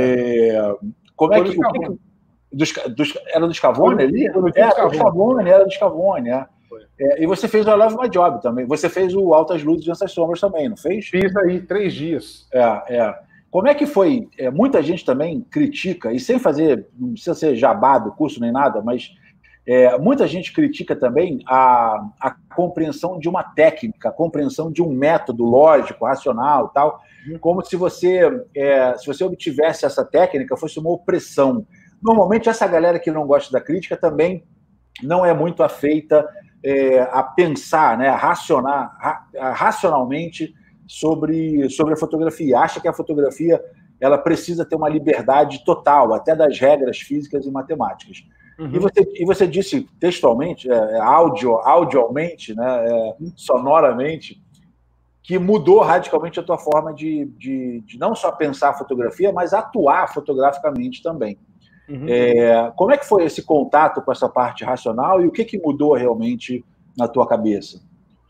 Como é que... Era do Scavone ali? Era do Scavone. E você fez o I Love My Job também. Você fez o Altas Luzes e Densas Sombras também, não fez? Fiz aí 3 dias. Como é que foi? Muita gente também critica, e sem fazer, não precisa ser jabá do curso nem nada, mas muita gente critica também a compreensão de uma técnica, a compreensão de um método lógico, racional e tal, como se você obtivesse essa técnica, fosse uma opressão. Normalmente, essa galera que não gosta da crítica também não é muito afeita a pensar, né, a racionar racionalmente sobre a fotografia. Acha que a fotografia ela precisa ter uma liberdade total, até das regras físicas e matemáticas. Uhum. E você disse textualmente, audialmente, né, sonoramente, que mudou radicalmente a tua forma de não só pensar a fotografia, mas atuar fotograficamente também. Uhum. Como é que foi esse contato com essa parte racional e o que mudou realmente na tua cabeça?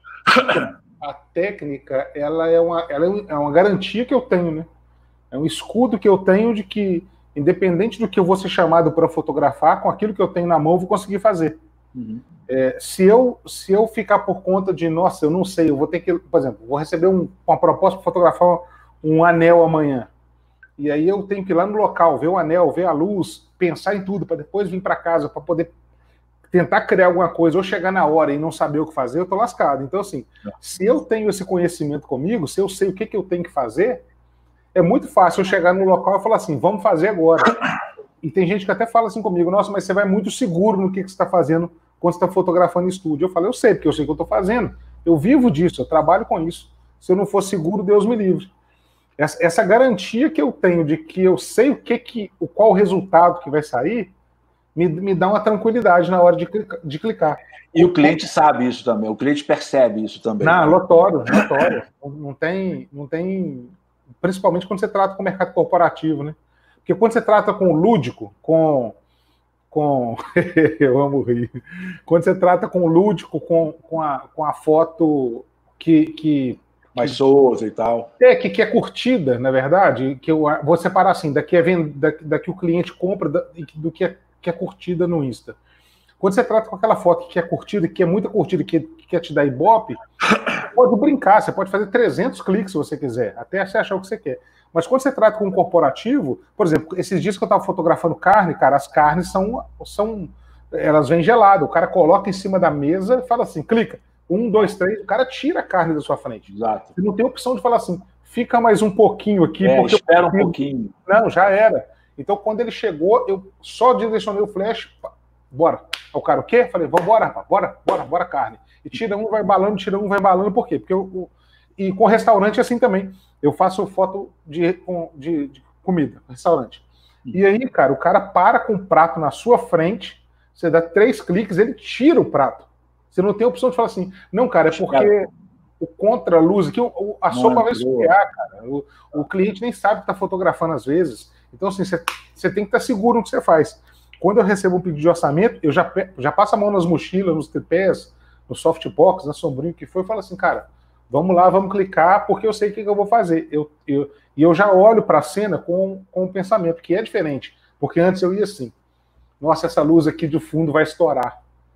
A técnica, ela é uma garantia que eu tenho, né? É um escudo que eu tenho de que, independente do que eu vou ser chamado para fotografar, com aquilo que eu tenho na mão, eu vou conseguir fazer. Uhum. Se eu ficar por conta de, nossa, eu não sei, eu vou ter que, por exemplo, vou receber uma proposta para fotografar um anel amanhã. E aí eu tenho que ir lá no local, ver o anel, ver a luz, pensar em tudo, para depois vir para casa, para poder tentar criar alguma coisa, ou chegar na hora e não saber o que fazer, eu tô lascado. Então, assim, se eu tenho esse conhecimento comigo, se eu sei o que eu tenho que fazer, é muito fácil eu chegar no local e falar assim, vamos fazer agora. E tem gente que até fala assim comigo, nossa, mas você vai muito seguro no que você está fazendo quando você está fotografando em estúdio. Eu falo, eu sei, porque eu sei o que eu estou fazendo. Eu vivo disso, eu trabalho com isso. Se eu não for seguro, Deus me livre. Essa garantia que eu tenho de que eu sei qual o resultado que vai sair, me dá uma tranquilidade na hora de clicar. E o cliente sabe isso também, o cliente percebe isso também. Não, notório. Não tem, principalmente quando você trata com o mercado corporativo, né? Porque quando você trata com o lúdico, eu amo rir. Quando você trata com o lúdico, com a foto que mais solta e tal. Que é curtida, na verdade, que eu vou separar assim, daqui o cliente compra do que é curtida no Insta. Quando você trata com aquela foto que é curtida, que é muita curtida, que quer te dar ibope, você pode brincar, você pode fazer 300 cliques se você quiser, até você achar o que você quer. Mas quando você trata com um corporativo, por exemplo, esses dias que eu estava fotografando carne, cara, as carnes elas vêm geladas, o cara coloca em cima da mesa e fala assim, clica, 1, 2, 3, o cara tira a carne da sua frente. Exato. Você não tem opção de falar assim, fica mais um pouquinho aqui. Porque espera um pouquinho. Não, já era. Então, quando ele chegou, eu só direcionei o flash, bora. O cara, o quê? Falei, vambora, rapaz, bora carne. E tira um, vai balando, por quê? Porque e com restaurante é assim também. Eu faço foto de comida, restaurante. E aí, cara, o cara para com o prato na sua frente, você dá 3 cliques, ele tira o prato. Você não tem opção de falar assim, não, cara, é porque o contra-luz, que a sopa vai esfriar, cara. O cliente nem sabe que está fotografando às vezes. Então, assim, você tem que estar seguro no que você faz. Quando eu recebo um pedido de orçamento, eu já passo a mão nas mochilas, nos tripés, no softbox, na sombrinha, que foi, e falo assim, cara, vamos lá, vamos clicar, porque eu sei o que eu vou fazer. E eu já olho para a cena com um pensamento que é diferente. Porque antes eu ia assim, nossa, essa luz aqui de fundo vai estourar.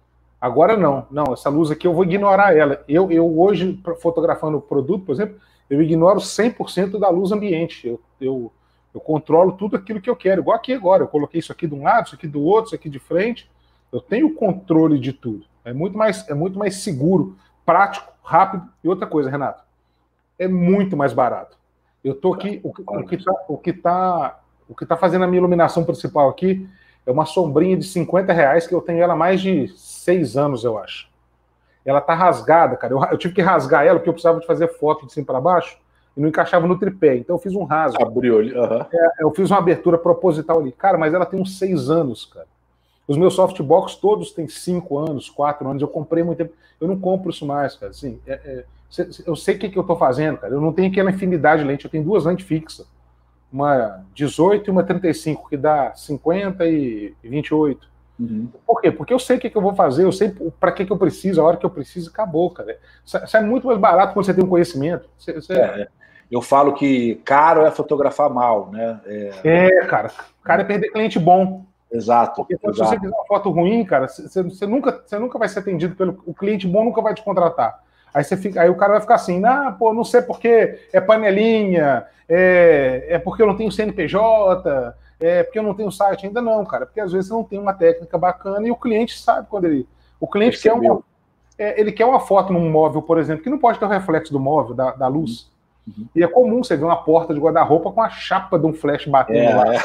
Agora não, essa luz aqui eu vou ignorar ela. Eu hoje, fotografando o produto, por exemplo, eu ignoro 100% da luz ambiente. Eu controlo tudo aquilo que eu quero, igual aqui agora. Eu coloquei isso aqui de um lado, isso aqui do outro, isso aqui de frente. Eu tenho controle de tudo. É muito mais seguro, prático, rápido. E outra coisa, Renato, é muito mais barato. Eu tô aqui, o que tá fazendo a minha iluminação principal aqui é uma sombrinha de R$50, que eu tenho ela há mais de 6 anos, eu acho. Ela tá rasgada, cara. Eu tive que rasgar ela porque eu precisava de fazer foto de cima para baixo e não encaixava no tripé. Então eu fiz um rasgo. Abriu ali. Eu fiz uma abertura proposital ali. Cara, mas ela tem uns 6 anos, cara. Os meus softbox todos têm 5 anos, 4 anos. Eu comprei muito tempo. Eu não compro isso mais, cara. Assim, eu sei o que eu tô fazendo, cara. Eu não tenho aquela infinidade de lente. Eu tenho 2 lentes fixas. Uma 18 e uma 35, que dá 50 e 28. Uhum. Por quê? Porque eu sei o que eu vou fazer, eu sei para que eu preciso, a hora que eu preciso, acabou, cara. Isso é muito mais barato quando você tem um conhecimento. Eu falo que caro é fotografar mal, né? Cara é perder cliente bom. Exato. Porque se você fizer uma foto ruim, cara, você nunca vai ser atendido pelo... O cliente bom nunca vai te contratar. Aí o cara vai ficar assim, não sei porque é panelinha, é porque eu não tenho CNPJ, é porque eu não tenho site ainda. Não, cara, porque às vezes você não tem uma técnica bacana e o cliente sabe quando ele... O cliente ele quer uma foto num móvel, por exemplo, que não pode ter o reflexo do móvel, da luz. Uhum. E é comum você ver uma porta de guarda-roupa com a chapa de um flash batendo lá.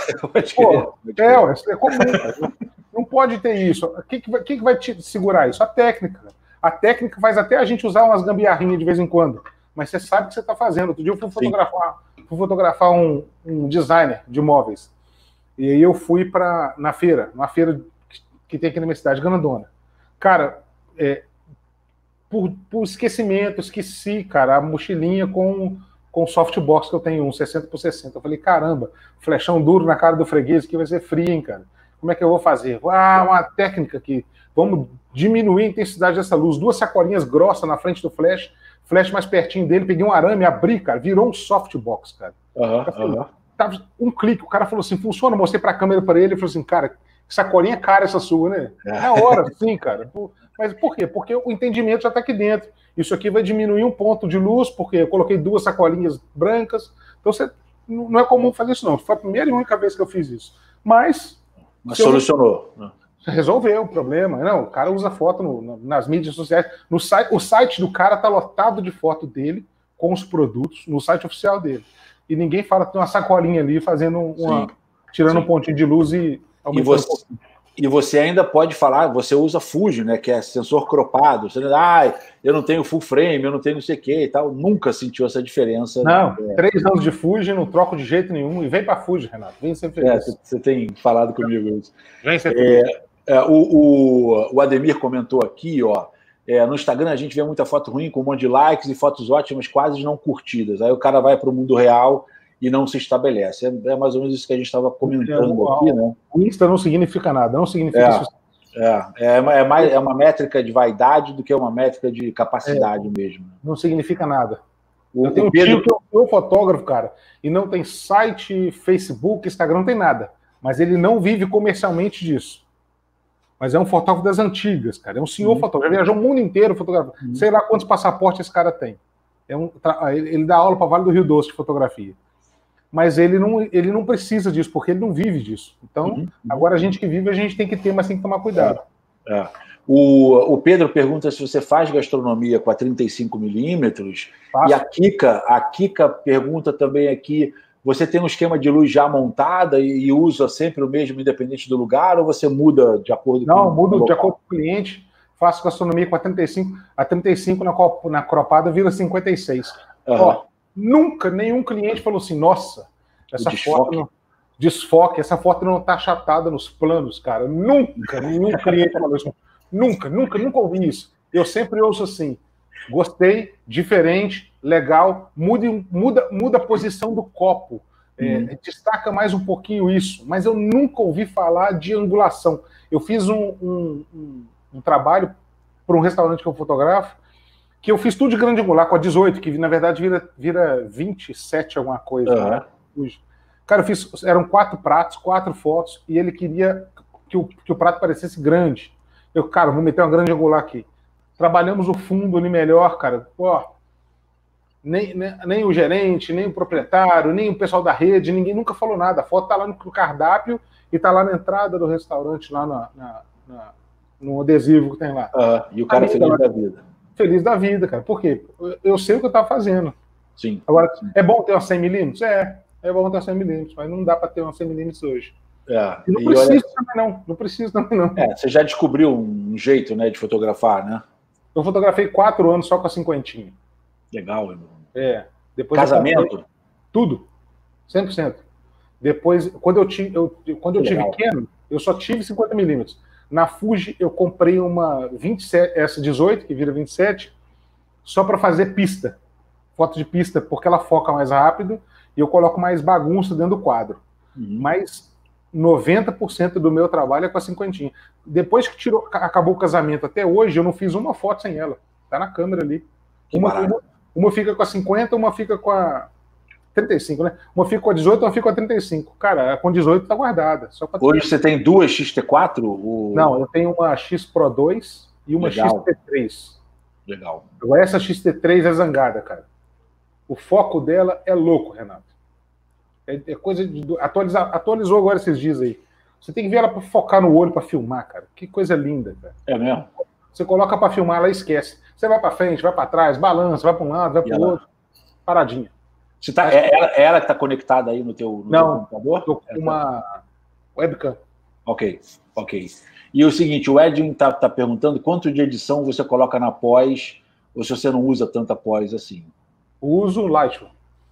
É comum, cara. Não pode ter isso. O que vai te segurar isso? A técnica. A técnica faz até a gente usar umas gambiarrinhas de vez em quando. Mas você sabe o que você está fazendo. Outro dia eu fui fotografar um designer de móveis. E aí eu fui uma feira que tem aqui na minha cidade, grandona. Cara, por esquecimento, esqueci, cara, a mochilinha com softbox que eu tenho, um 60x60. Eu falei, caramba, flechão duro na cara do freguês, que vai ser frio, hein, cara? Como é que eu vou fazer? Uma técnica aqui. Vamos diminuir a intensidade dessa luz. 2 sacolinhas grossas na frente do flash mais pertinho dele, peguei um arame, abri, cara, virou um softbox, cara. Tava um clique, o cara falou assim, funciona, mostrei pra câmera para ele, falou assim, cara, sacolinha cara essa sua, né? Na hora, sim, cara. Mas por quê? Porque o entendimento já tá aqui dentro. Isso aqui vai diminuir um ponto de luz, porque eu coloquei 2 sacolinhas brancas. Então não é comum fazer isso, não. Foi a primeira e única vez que eu fiz isso. Mas solucionou. Resolveu o problema. Não, o cara usa foto nas mídias sociais. O site do cara tá lotado de foto dele com os produtos, no site oficial dele. E ninguém fala que tem uma sacolinha ali fazendo tirando um pontinho de luz e aumentando E você ainda pode falar, você usa Fuji, né, que é sensor cropado. Você não, eu não tenho full frame, eu não tenho não sei o que e tal. Nunca sentiu essa diferença. Não, 3 anos de Fuji, não troco de jeito nenhum. E vem para Fuji, Renato. Vem ser feliz. Você tem falado comigo isso. Vem ser feliz. O Ademir comentou aqui, ó. No Instagram a gente vê muita foto ruim com um monte de likes e fotos ótimas quase não curtidas. Aí o cara vai para o mundo real e não se estabelece. É mais ou menos isso que a gente estava comentando aqui, né? O Insta não significa nada, não significa isso. É uma métrica de vaidade do que uma métrica de capacidade mesmo. Não significa nada. Eu tenho um tio que é um fotógrafo, cara, e não tem site, Facebook, Instagram, não tem nada. Mas ele não vive comercialmente disso. Mas é um fotógrafo das antigas, cara. É um senhor fotógrafo. Já viajou o mundo inteiro fotografando. Sei lá quantos passaportes esse cara tem. Ele dá aula para Vale do Rio Doce de fotografia. Mas ele não precisa disso, porque ele não vive disso. Então, agora a gente que vive, a gente tem que ter, mas tem que tomar cuidado. O Pedro pergunta se você faz gastronomia com a 35mm. E a Kika pergunta também aqui, você tem um esquema de luz já montada e usa sempre o mesmo, independente do lugar, ou você muda de acordo com o Não, mudo de acordo com o cliente, faço gastronomia com a 35. A 35 na cropada vira 56. Nunca nenhum cliente falou assim, nossa, essa foto desfoque, essa foto não está achatada nos planos, cara. Nunca nenhum cliente falou isso. Nunca ouvi isso. Eu sempre ouço assim, gostei, diferente, legal, muda a posição do copo, destaca mais um pouquinho isso, mas eu nunca ouvi falar de angulação. Eu fiz um trabalho para um restaurante que eu fotografo, que eu fiz tudo de grande angular, com a 18, que na verdade vira 27 alguma coisa. Né? Cara, eram 4 pratos, 4 fotos, e ele queria que o prato parecesse grande. Cara, vou meter uma grande angular aqui. Trabalhamos o fundo ali melhor, cara. Pô, nem o gerente, nem o proprietário, nem o pessoal da rede, ninguém nunca falou nada. A foto tá lá no cardápio e tá lá na entrada do restaurante, lá no adesivo que tem lá. E o cara feliz da vida. Feliz da vida, cara. Por quê? Eu sei o que eu tava fazendo. Sim. Agora, é bom ter uma 100 milímetros? É bom ter uma 100 milímetros, mas não dá para ter uma 100 milímetros hoje. E não precisa também não. Não precisa também não. Você já descobriu um jeito, né, de fotografar, né? Eu fotografei 4 anos só com a cinquentinha. Legal, irmão. Depois casamento? Tudo. 100%. Depois, quando eu tive Canon, eu só tive 50 milímetros. Na Fuji, eu comprei uma 27, essa 18, que vira 27, só para fazer pista. Foto de pista, porque ela foca mais rápido e eu coloco mais bagunça dentro do quadro. Mas 90% do meu trabalho é com a cinquentinha. Depois que acabou o casamento até hoje, eu não fiz uma foto sem ela. Tá na câmera ali. Uma fica com a 50, uma fica com a 35, né? Uma fica com a 18, uma fica com a 35. Cara, a com 18 tá guardada. Hoje você tem duas XT4? Não, eu tenho uma X Pro 2 e uma XT3. Legal. Agora essa XT3 é zangada, cara. O foco dela é louco, Renato. É coisa de atualizou agora esses dias aí. Você tem que ver ela para focar no olho para filmar, cara. Que coisa linda, cara. É mesmo? Você coloca para filmar, ela esquece. Você vai para frente, vai para trás, balança, vai para um lado, vai para o outro. Paradinha. Você tá, é ela que está conectada aí no teu computador? Tô com uma webcam. Ok. E o seguinte, o Edwin tá perguntando quanto de edição você coloca na pós, ou se você não usa tanta pós assim. Uso Lightroom.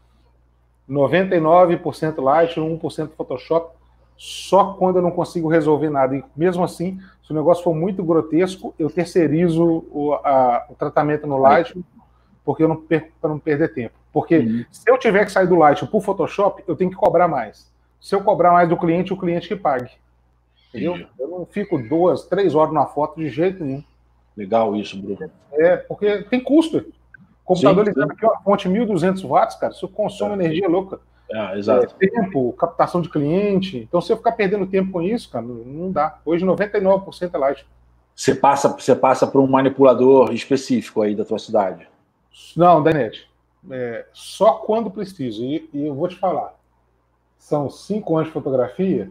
99% Lightroom, 1% Photoshop, só quando eu não consigo resolver nada. E mesmo assim, se o negócio for muito grotesco, eu terceirizo o tratamento no Lightroom, porque eu não perco para não perder tempo. Porque se eu tiver que sair do Lightroom para o Photoshop, eu tenho que cobrar mais. Se eu cobrar mais do cliente, o cliente que pague. Entendeu? Eu não fico 2, 3 horas na foto de jeito nenhum. Legal isso, Bruno. Porque tem custo. Computador ligado aqui, uma fonte 1.200 watts, cara, isso consome energia louca. Exato. Tempo, captação de cliente. Então, se eu ficar perdendo tempo com isso, cara, não dá. Hoje, 99% é Light. Você passa por um manipulador específico aí da tua cidade? Não, da net. Só quando preciso. E eu vou te falar, são 5 anos de fotografia,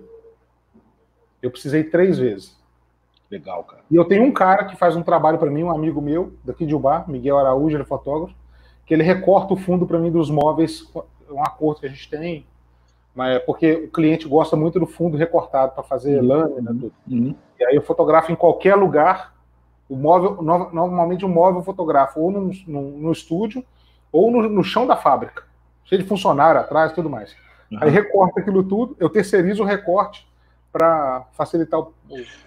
eu precisei 3 vezes. Legal, cara. E eu tenho um cara que faz um trabalho para mim, um amigo meu, daqui de Ubá, Miguel Araújo, ele é fotógrafo, que ele recorta o fundo para mim dos móveis, um acordo que a gente tem, mas é porque o cliente gosta muito do fundo recortado para fazer lâmina, tudo. E aí eu fotografo em qualquer lugar, o móvel, normalmente o móvel eu fotografo ou no estúdio ou no chão da fábrica, cheio de funcionário atrás e tudo mais. Aí recorta aquilo tudo, eu terceirizo o recorte para facilitar o...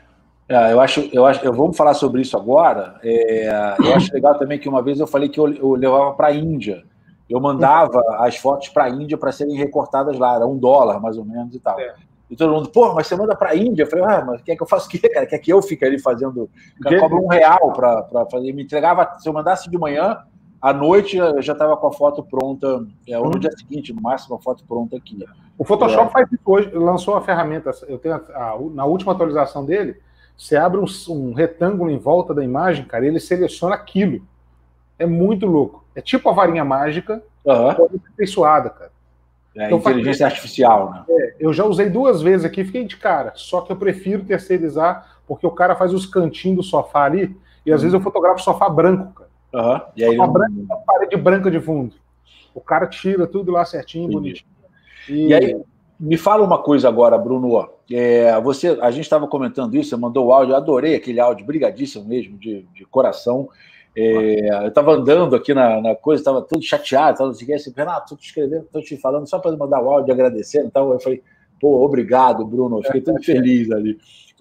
Vamos falar sobre isso agora. Eu acho legal também que uma vez eu falei que eu levava para a Índia. Eu mandava as fotos para a Índia para serem recortadas lá, era $1 mais ou menos e tal. E todo mundo, pô, mas você manda para a Índia? Eu falei, mas quer que eu faça o quê, cara? Quer que eu fique ali fazendo? O cara cobra R$1 para fazer. Me entregava, se eu mandasse de manhã, à noite eu já estava com a foto pronta, ou no dia seguinte, no máximo, a foto pronta aqui. O Photoshop faz isso hoje, lançou a ferramenta, eu tenho na última atualização dele. Você abre um retângulo em volta da imagem, cara, e ele seleciona aquilo. É muito louco. É tipo a varinha mágica, aperfeiçoada, cara. Então, inteligência artificial, né? Eu já usei 2 vezes aqui, fiquei de cara. Só que eu prefiro terceirizar, porque o cara faz os cantinhos do sofá ali, e às vezes eu fotografo sofá branco, cara. E aí sofá branco com a parede branca de fundo. O cara tira tudo lá certinho, bonitinho. E aí, me fala uma coisa agora, Bruno. A gente estava comentando isso, você mandou o áudio, eu adorei aquele áudio, brigadíssimo mesmo, de coração. Eu estava andando aqui na coisa, estava todo chateado, estava assim, Renato, estou te escrevendo, estou te falando só para mandar o áudio, agradecendo. Então eu falei, pô, obrigado, Bruno, eu fiquei todo feliz ali.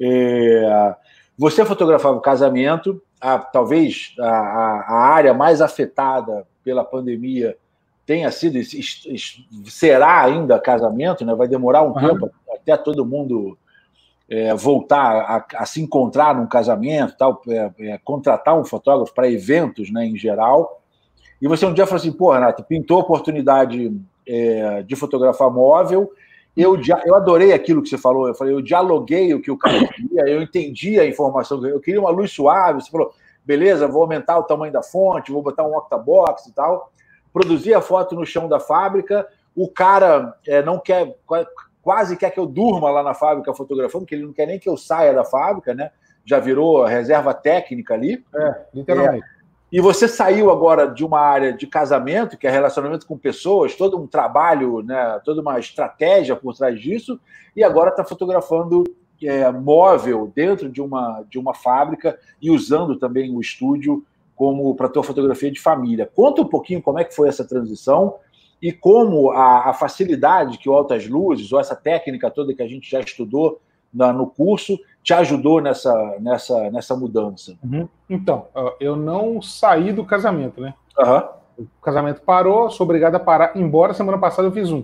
Você fotografava o casamento, talvez a área mais afetada pela pandemia tenha sido, será ainda casamento, né? Vai demorar um tempo até todo mundo voltar a se encontrar num casamento, tal, contratar um fotógrafo para eventos, né, em geral. E você um dia falou assim, pô, Renato, pintou a oportunidade de fotografar móvel Eu adorei aquilo que você falou. Eu falei, eu dialoguei o que o cara queria, eu entendi a informação. Eu queria uma luz suave. Você falou, beleza, vou aumentar o tamanho da fonte, vou botar um octabox e tal. Produzi a foto no chão da fábrica. O cara não quer, quase quer que eu durma lá na fábrica fotografando, porque ele não quer nem que eu saia da fábrica, né? Já virou reserva técnica ali. Literalmente. E você saiu agora de uma área de casamento, que é relacionamento com pessoas, todo um trabalho, né, toda uma estratégia por trás disso, e agora está fotografando móvel dentro de uma fábrica e usando também o estúdio como para a tua fotografia de família. Conta um pouquinho como é que foi essa transição e como a facilidade que o Altas Luzes, ou essa técnica toda que a gente já estudou no curso, te ajudou nessa mudança. Então, eu não saí do casamento, né? Uhum. O casamento parou, sou obrigado a parar, embora semana passada eu fiz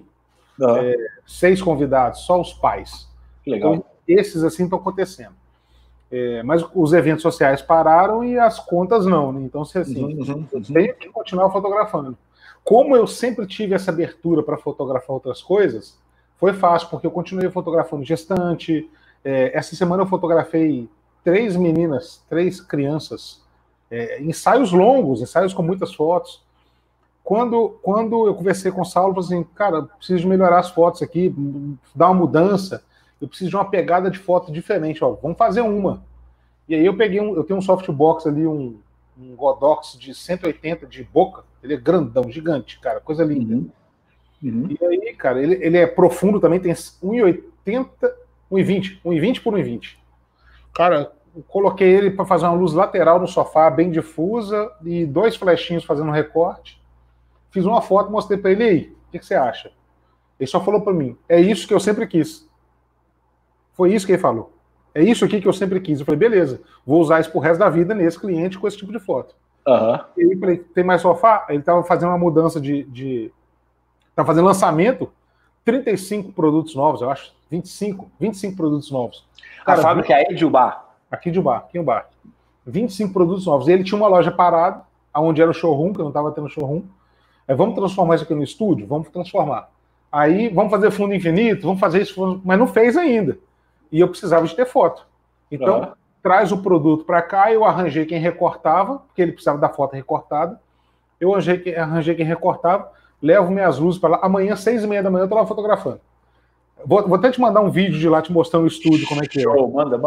6 convidados, só os pais. Que legal. Então, esses assim estão acontecendo. Mas os eventos sociais pararam e as contas não, né? Então, assim, eu tenho que continuar fotografando. Como eu sempre tive essa abertura para fotografar outras coisas, foi fácil, porque eu continuei fotografando gestante. Essa semana eu fotografei 3 meninas, 3 crianças, ensaios longos, ensaios com muitas fotos. Quando eu conversei com o Saulo, eu falei assim, cara, preciso melhorar as fotos aqui, dar uma mudança, eu preciso de uma pegada de foto diferente, vamos fazer uma. E aí eu tenho um softbox ali, um Godox de 180 de boca, ele é grandão, gigante, cara, coisa linda. E aí, cara, ele é profundo também, tem 1,80, 1,20 por 1,20. Cara, eu coloquei ele para fazer uma luz lateral no sofá, bem difusa, e 2 flechinhos fazendo recorte. Fiz uma foto, mostrei para ele, e aí, o que você acha? Ele só falou para mim, é isso que eu sempre quis. Foi isso que ele falou. É isso aqui que eu sempre quis. Eu falei, beleza, vou usar isso pro resto da vida nesse cliente com esse tipo de foto. E aí falei, tem mais sofá? Ele estava fazendo uma mudança Estava fazendo lançamento, 35 produtos novos, eu acho. 25 produtos novos. Cara, a fábrica é aí de Ubá? Aqui de Ubá, 25 produtos novos. E ele tinha uma loja parada, onde era o showroom, que eu não estava tendo showroom. Vamos transformar isso aqui no estúdio? Vamos transformar. Aí, vamos fazer fundo infinito? Vamos fazer isso, mas não fez ainda. E eu precisava de ter foto. Então, traz o produto para cá, eu arranjei quem recortava, porque ele precisava da foto recortada. Eu arranjei quem recortava, levo minhas luzes para lá. Amanhã, 6h30 da manhã, eu estou lá fotografando. Vou até te mandar um vídeo de lá te mostrando o estúdio, como é que é. Show, manda.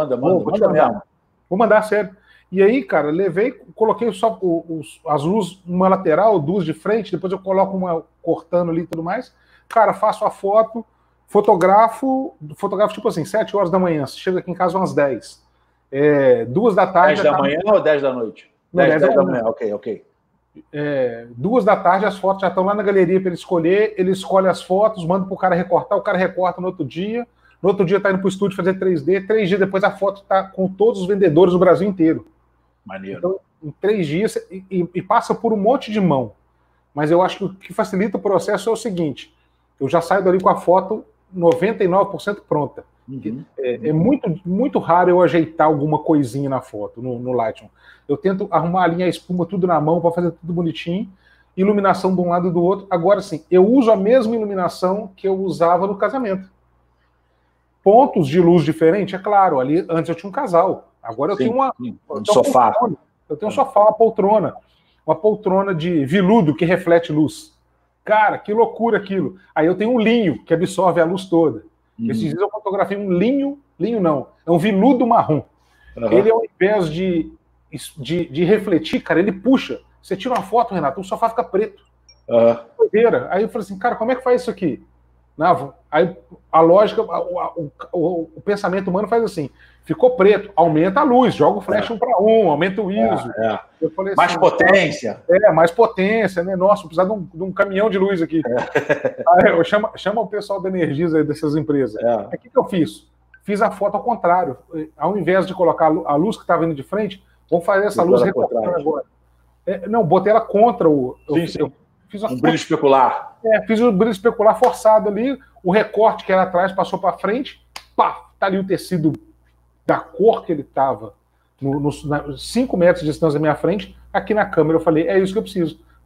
Vou mandar, sério. E aí, cara, coloquei só as luzes, uma lateral, 2 de frente, depois eu coloco uma cortando ali e tudo mais. Cara, faço a foto, fotografo tipo assim, 7 horas da manhã, chega aqui em casa umas 10. 2 da tarde... 10 da manhã ou 10 da noite? 10 da manhã, ok. 2 da tarde as fotos já estão lá na galeria para ele escolher, ele escolhe as fotos, manda para o cara recortar, o cara recorta no outro dia está indo para o estúdio fazer 3D, 3 dias depois a foto está com todos os vendedores do Brasil inteiro. Maneiro. Então, em 3 dias, e passa por um monte de mão. Mas eu acho que o que facilita o processo é o seguinte, eu já saio dali com a foto 99% pronta. É muito, muito raro eu ajeitar alguma coisinha na foto, no Lightroom. Eu tento arrumar a linha, a espuma, tudo na mão, para fazer tudo bonitinho, iluminação de um lado e do outro. Agora sim, eu uso a mesma iluminação que eu usava no casamento. Pontos de luz diferentes, é claro, ali antes eu tinha um casal, agora eu tenho um sofá. Eu tenho um sofá, uma poltrona de veludo que reflete luz. Cara, que loucura aquilo. Aí eu tenho um linho que absorve a luz toda. Esses dias eu fotografei um linho não, é um veludo marrom. Ele, ao invés de refletir, cara, ele puxa. Você tira uma foto, Renato, o sofá fica preto. Aí eu falei assim, cara, como é que faz isso aqui? Não, aí a lógica, o pensamento humano faz assim, ficou preto, aumenta a luz, joga o flash 1:1, aumenta o ISO. Eu falei assim, mais potência. Mais potência, né? Nossa, vou precisar de um caminhão de luz aqui. Aí eu chama o pessoal da Energisa dessas empresas. Aí o que eu fiz? Fiz a foto ao contrário. Ao invés de colocar a luz que estava vindo de frente, vamos fazer essa luz recortando agora. Não, botei ela contra o... Sim. Fiz um brilho especular. Fiz um brilho especular forçado ali, o recorte que era atrás passou para frente, pá, tá ali o tecido da cor que ele estava, 5 metros de distância da minha frente, aqui na câmera eu falei, é isso que eu preciso.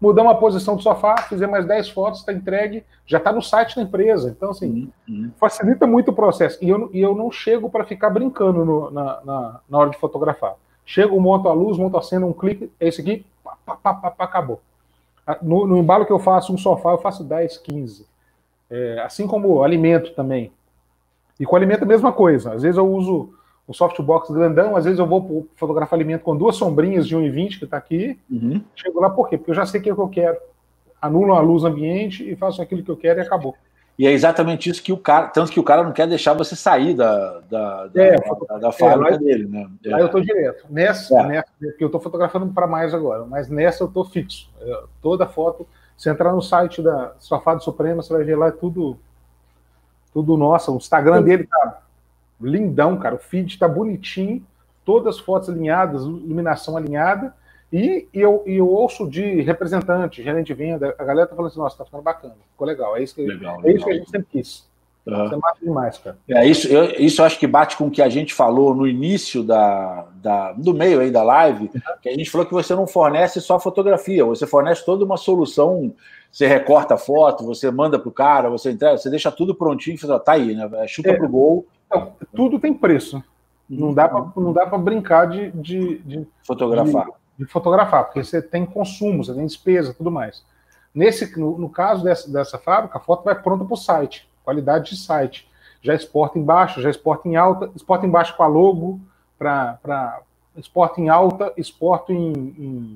mudamos a posição do sofá, fizemos mais 10 fotos, está entregue, já está no site da empresa. Então, assim, facilita muito o processo. E eu não chego para ficar brincando na hora de fotografar. Chego, monto a luz, monto a cena, um clique, é esse aqui, acabou. No embalo que eu faço um sofá, eu faço 10, 15. Assim como alimento também. E com alimento é a mesma coisa. Às vezes eu uso um softbox grandão, às vezes eu vou fotografar alimento com 2 sombrinhas de 1,20 que está aqui. Chego lá por quê? Porque eu já sei o que eu quero. Anulo a luz ambiente e faço aquilo que eu quero e acabou. E é exatamente isso que o cara... Tanto que o cara não quer deixar você sair da fábrica dele, né? Aí eu estou direto. Nessa, porque eu estou fotografando para mais agora, mas nessa eu estou fixo. Toda foto, se entrar no site da Sofá do Suprema, você vai ver lá tudo nosso. O Instagram dele tá lindão, cara. O feed tá bonitinho, todas as fotos alinhadas, iluminação alinhada. E eu ouço de representante, gerente de venda, a galera tá falando assim, nossa, tá ficando bacana, ficou legal. É isso que a gente sempre quis. Isso é massa demais, cara. Isso eu acho que bate com o que a gente falou no início do meio aí da live, que a gente falou que você não fornece só fotografia, você fornece toda uma solução, você recorta a foto, você manda pro cara, você entrega, você deixa tudo prontinho, você fala, tá aí, né? Chuta pro gol. Então, tudo tem preço. Não dá para brincar de fotografar. De fotografar, porque você tem consumo, você tem despesa, tudo mais. No caso dessa fábrica, a foto vai pronta para o site, qualidade de site. Já exporta em baixo, já exporta em alta, exporta embaixo com a logo, exporta em alta, exporta em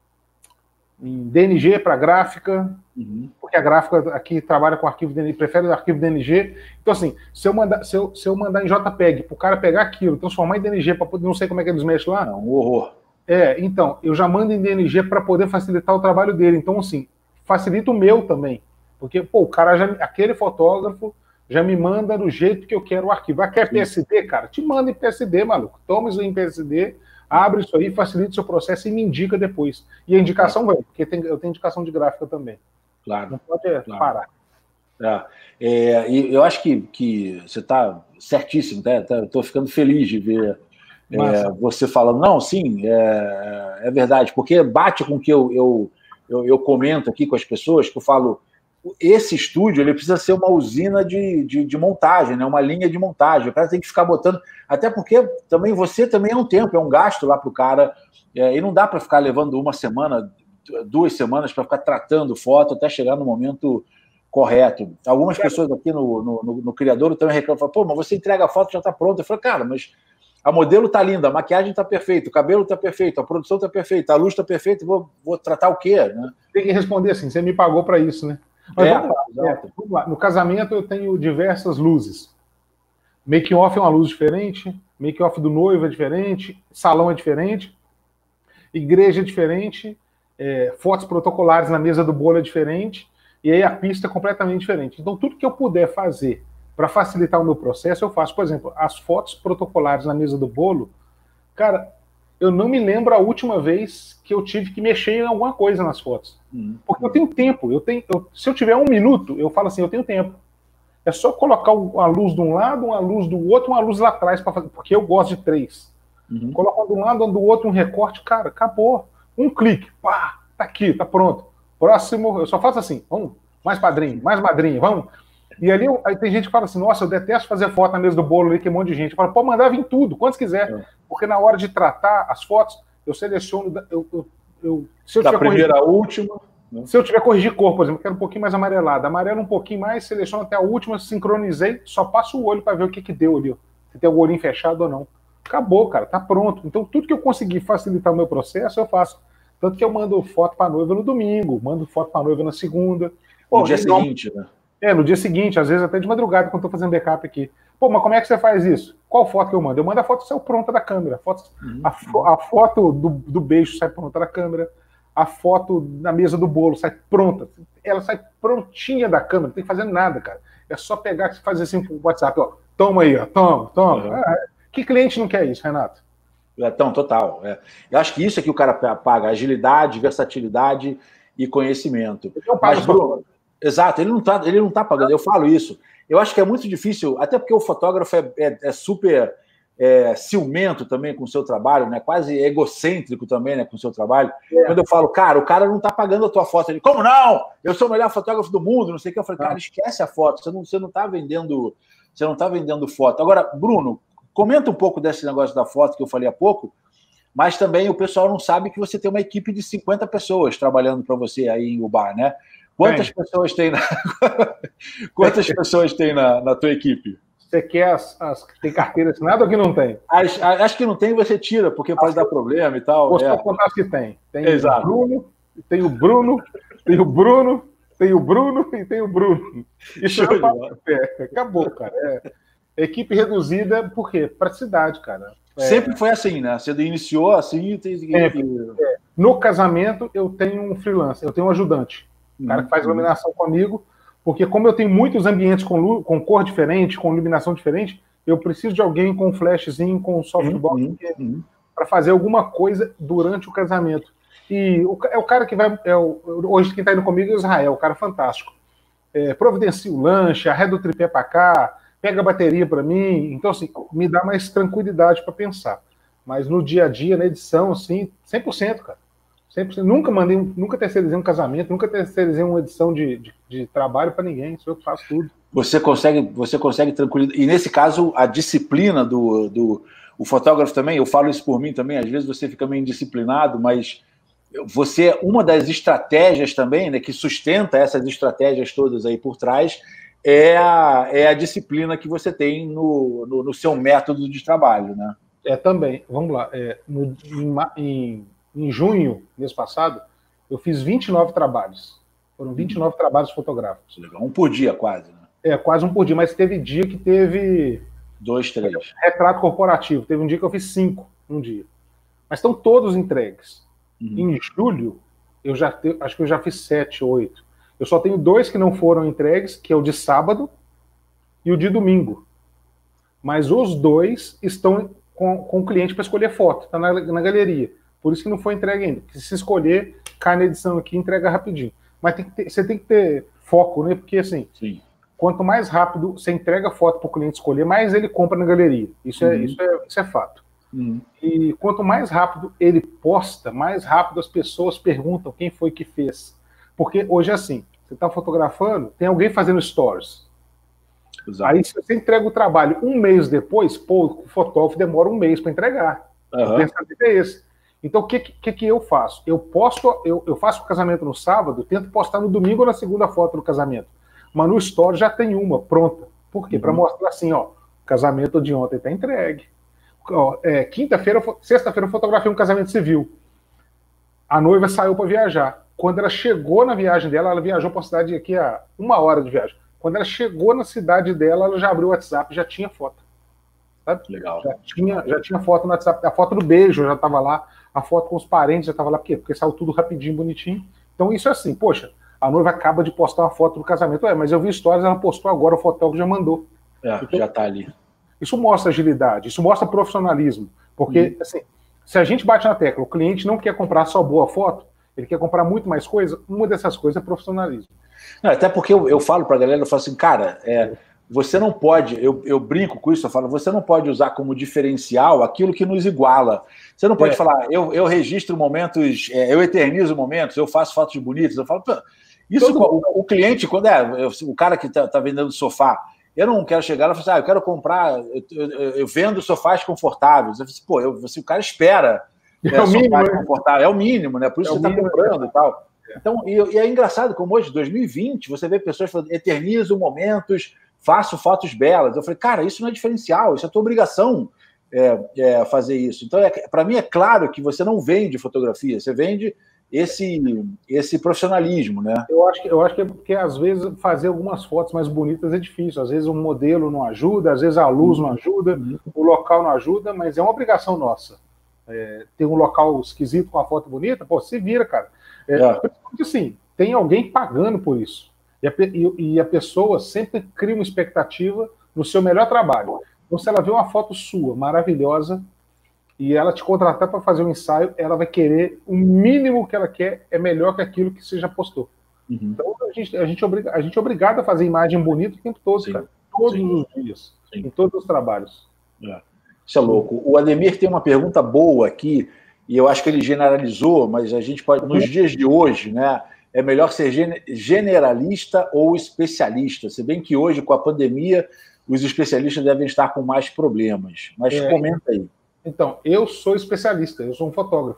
DNG para gráfica, porque a gráfica aqui trabalha com arquivo DNG, prefere o arquivo DNG. Então, assim, se eu mandar em JPEG, para o cara pegar aquilo, transformar em DNG, para poder, não sei como é que eles mexem lá. É um horror. Então, eu já mando em DNG para poder facilitar o trabalho dele. Então, assim, facilita o meu também. Porque, o cara aquele fotógrafo já me manda do jeito que eu quero o arquivo. Quer PSD, cara? Te manda em PSD, maluco. Toma isso em PSD, abre isso aí, facilita o seu processo e me indica depois. E a indicação vem, porque eu tenho indicação de gráfica também. Claro. Não pode parar. E eu acho que você está certíssimo, né? Estou ficando feliz de ver você falando. Não, sim, é verdade, porque bate com o que eu comento aqui com as pessoas, que eu falo, esse estúdio ele precisa ser uma usina de montagem, né? Uma linha de montagem. O cara tem que ficar botando, até porque você também é um tempo, é um gasto lá para o cara, e não dá para ficar levando 1 semana, 2 semanas para ficar tratando foto até chegar no momento correto. Algumas pessoas aqui no Criador também reclamam, pô, mas você entrega a foto já está pronta. Eu falo, cara, mas a modelo está linda, a maquiagem está perfeita, o cabelo está perfeito, a produção está perfeita, a luz está perfeita, vou tratar o quê? Né? Tem que responder assim, você me pagou para isso, né? Mas vamos lá. No casamento eu tenho diversas luzes. Making off é uma luz diferente, making off do noivo é diferente, salão é diferente, igreja é diferente, fotos protocolares na mesa do bolo é diferente, e aí a pista é completamente diferente. Então tudo que eu puder fazer para facilitar o meu processo, eu faço. Por exemplo, as fotos protocolares na mesa do bolo, cara, eu não me lembro a última vez que eu tive que mexer em alguma coisa nas fotos. Porque eu tenho tempo. Se eu tiver 1 minuto, eu falo assim, eu tenho tempo. É só colocar a luz de um lado, uma luz do outro, uma luz lá atrás, porque eu gosto de 3. Coloca uma de um lado, uma do outro, um recorte, cara, acabou. Um clique, pá, tá aqui, tá pronto. Próximo, eu só faço assim, vamos, mais padrinho, mais madrinha, vamos. E ali aí tem gente que fala assim, nossa, eu detesto fazer foto na mesa do bolo ali, que é um monte de gente. Eu falo, pode mandar vir tudo, quantos quiser. Porque na hora de tratar as fotos, eu seleciono, se eu da primeira à última. Se eu tiver corrigir cor, por exemplo, eu quero um pouquinho mais amarelado, amarelo um pouquinho mais, seleciono até a última, sincronizei, só passo o olho para ver o que deu ali, se tem o olhinho fechado ou não. Acabou, cara, tá pronto. Então tudo que eu conseguir facilitar o meu processo, eu faço. Tanto que eu mando foto para noiva no domingo, mando foto para noiva na segunda. No dia seguinte, né? No dia seguinte, às vezes até de madrugada, quando eu tô fazendo backup aqui. Pô, mas como é que você faz isso? Qual foto que eu mando? Eu mando a foto saiu pronta da câmera. A foto do beijo sai pronta da câmera. A foto na mesa do bolo sai pronta. Ela sai prontinha da câmera, não tem que fazer nada, cara. É só pegar e fazer assim pro WhatsApp, ó. Toma aí, ó. Toma. Que cliente não quer isso, Renato? Então, total. Eu acho que isso é que o cara paga, agilidade, versatilidade e conhecimento. Mas, Bruno, exato, ele não tá pagando, eu falo isso. Eu acho que é muito difícil, até porque o fotógrafo é super ciumento também com o seu trabalho, né? Quase egocêntrico também, né, com o seu trabalho. Quando eu falo, cara, o cara não está pagando a tua foto. Ele, como não? Eu sou o melhor fotógrafo do mundo, não sei o que. Eu falei, cara, esquece a foto, você não está vendendo, foto. Agora, Bruno, comenta um pouco desse negócio da foto que eu falei há pouco, mas também o pessoal não sabe que você tem uma equipe de 50 pessoas trabalhando para você aí em Ubar, né? Quantas pessoas tem na tua equipe? Você quer as que tem carteira assinada ou que não tem? As que não tem, você tira, porque pode dar problema e tal. Vou só contar as que tem. Tem Exato. o Bruno, tem o Bruno e tem o Bruno. Isso acabou, cara. Equipe reduzida, por quê? Praticidade, cara. Sempre foi assim, né? Você iniciou assim... No casamento, eu tenho um freelancer, eu tenho um ajudante. Um cara que faz iluminação comigo, porque como eu tenho muitos ambientes com cor diferente, com iluminação diferente, eu preciso de alguém com um flashzinho, com um softbox, para fazer alguma coisa durante o casamento. E é o cara que vai... hoje quem está indo comigo é o Israel, o cara fantástico. Providencia o lanche, arreda o tripé para cá, pega a bateria para mim. Então, assim, me dá mais tranquilidade para pensar. Mas no dia a dia, na edição, assim, 100%, cara. 100%. Nunca terceirizei um casamento, nunca terceirizei uma edição de trabalho para ninguém. Sou eu que faço tudo. Você consegue tranquilidade. E nesse caso, a disciplina o fotógrafo também, eu falo isso por mim também, às vezes você fica meio indisciplinado, mas uma das estratégias também, né, que sustenta essas estratégias todas aí por trás, é a disciplina que você tem no seu método de trabalho, né? Também. Vamos lá. Em junho, mês passado, eu fiz 29 trabalhos. Foram 29 trabalhos fotográficos. Legal. Um por dia, quase, né? Quase um por dia, mas teve dia que teve... 2, 3. Retrato corporativo. Teve um dia que eu fiz 5 um dia. Mas estão todos entregues. Em julho, acho que eu já fiz 7, 8. Eu só tenho 2 que não foram entregues, que é o de sábado e o de domingo. Mas os 2 estão com o cliente para escolher foto, está na galeria. Por isso que não foi entregue ainda. Porque se escolher, cai na edição aqui e entrega rapidinho. Mas você tem que ter foco, né? Porque assim, quanto mais rápido você entrega a foto para o cliente escolher, mais ele compra na galeria. Isso é fato. E quanto mais rápido ele posta, mais rápido as pessoas perguntam quem foi que fez. Porque hoje é assim, você está fotografando, tem alguém fazendo stories. Exato. Aí se você entrega o trabalho um mês depois, o fotógrafo demora um mês para entregar. O pensamento é esse. Então o que eu faço? Eu faço o casamento no sábado, tento postar no domingo ou na segunda foto do casamento. Mas no story já tem uma pronta. Por quê? Para mostrar assim, ó, o casamento de ontem está entregue. Sexta-feira eu fotografei um casamento civil. A noiva saiu para viajar. Quando ela chegou na viagem dela, ela viajou para a cidade aqui a 1 hora de viagem. Quando ela chegou na cidade dela, ela já abriu o WhatsApp e já tinha foto. Sabe? Legal. Já tinha foto no WhatsApp. A foto do beijo já estava lá. A foto com os parentes já estava lá. Por quê? Porque saiu tudo rapidinho, bonitinho. Então isso é assim, poxa, a noiva acaba de postar uma foto do casamento. Mas eu vi stories, ela postou agora, o fotógrafo já mandou. Então, já está ali. Isso mostra agilidade, isso mostra profissionalismo. Porque, assim, se a gente bate na tecla, o cliente não quer comprar só boa foto, ele quer comprar muito mais coisa, uma dessas coisas é profissionalismo. Não, até porque eu falo para a galera, eu falo assim, cara, você não pode, eu brinco com isso, eu falo, você não pode usar como diferencial aquilo que nos iguala. Você não pode falar, eu registro momentos, eu eternizo momentos, eu faço fotos bonitas, eu falo, isso o cliente, quando o cara que está vendendo sofá, eu não quero chegar lá e falar assim, eu quero comprar, eu vendo sofás confortáveis. Eu falo assim, o cara espera o mínimo, confortável, é o mínimo, né? Por isso que você está comprando e tal. Então, e é engraçado como hoje, 2020, você vê pessoas falando, eternizo momentos, faço fotos belas. Eu falei, cara, isso não é diferencial, isso é tua obrigação fazer isso. Então, para mim é claro que você não vende fotografia, você vende esse profissionalismo, né? Eu acho que é porque, às vezes, fazer algumas fotos mais bonitas é difícil. Às vezes o modelo não ajuda, às vezes a luz não ajuda, o local não ajuda, mas é uma obrigação nossa. Ter um local esquisito com uma foto bonita, se vira, cara. Porque, assim, tem alguém pagando por isso. E a pessoa sempre cria uma expectativa no seu melhor trabalho. Então, se ela vê uma foto sua maravilhosa, e ela te contratar para fazer um ensaio, ela vai querer, o mínimo que ela quer é melhor que aquilo que você já postou. Então a gente é obrigado a fazer imagem bonita o tempo todo, cara. Todos os dias, em todos os trabalhos. Isso é louco. O Ademir tem uma pergunta boa aqui, e eu acho que ele generalizou, mas a gente pode, nos dias de hoje, né, é melhor ser generalista ou especialista? Se bem que hoje, com a pandemia, os especialistas devem estar com mais problemas. Mas comenta aí. Então, eu sou especialista, eu sou um fotógrafo.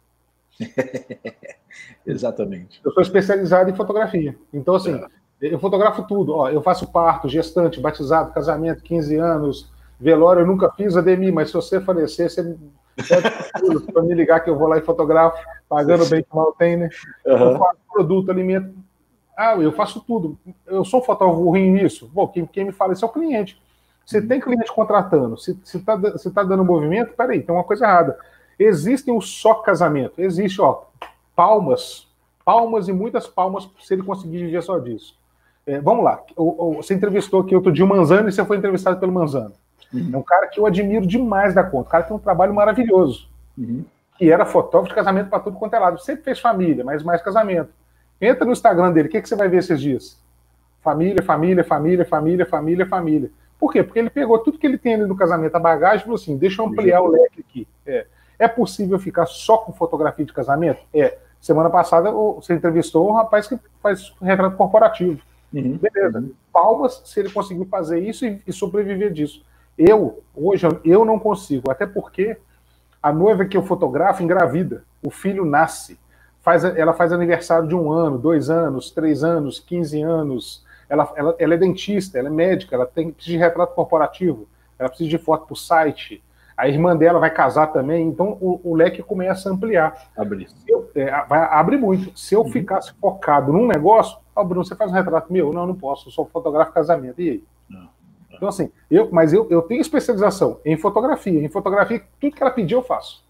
Exatamente. Eu sou especializado em fotografia. Então, assim, eu fotografo tudo. Ó, eu faço parto, gestante, batizado, casamento, 15 anos, velório. Eu nunca fiz, Ademir, mas se você falecer, você pede para me ligar que eu vou lá e fotografo, pagando bem que mal tem, né? Eu faço produto, alimento. Eu faço tudo. Eu sou um fotógrafo ruim nisso. Bom, quem me fala isso é o cliente. Você tem cliente contratando, se tá dando movimento, peraí, tem uma coisa errada. Existem o só casamento. Existe, ó, palmas e muitas palmas se ele conseguir viver só disso. Vamos lá. Você entrevistou aqui outro dia o Manzano e você foi entrevistado pelo Manzano. É um cara que eu admiro demais da conta. Um cara que tem um trabalho maravilhoso. Que era fotógrafo de casamento para tudo quanto é lado. Sempre fez família, mas mais casamento. Entra no Instagram dele, o que você vai ver esses dias? Família, família, família, família, família, família. Por quê? Porque ele pegou tudo que ele tem ali no casamento, a bagagem, e falou assim, deixa eu ampliar o leque aqui. É possível ficar só com fotografia de casamento? Semana passada você entrevistou um rapaz que faz retrato corporativo. Beleza. Palmas se ele conseguir fazer isso e sobreviver disso. Hoje, eu não consigo, até porque a noiva que eu fotografo engravida, o filho nasce, ela faz aniversário de 1 ano, 2 anos, 3 anos, 15 anos, ela é dentista, ela é médica, ela precisa de retrato corporativo, ela precisa de foto para o site, a irmã dela vai casar também, então o leque começa a ampliar. Abre muito. Se eu ficasse focado num negócio, Bruno, você faz um retrato meu? Não posso, eu sou fotógrafo casamento, e aí? Então, assim, eu tenho especialização em fotografia. Em fotografia, tudo que ela pedir, eu faço.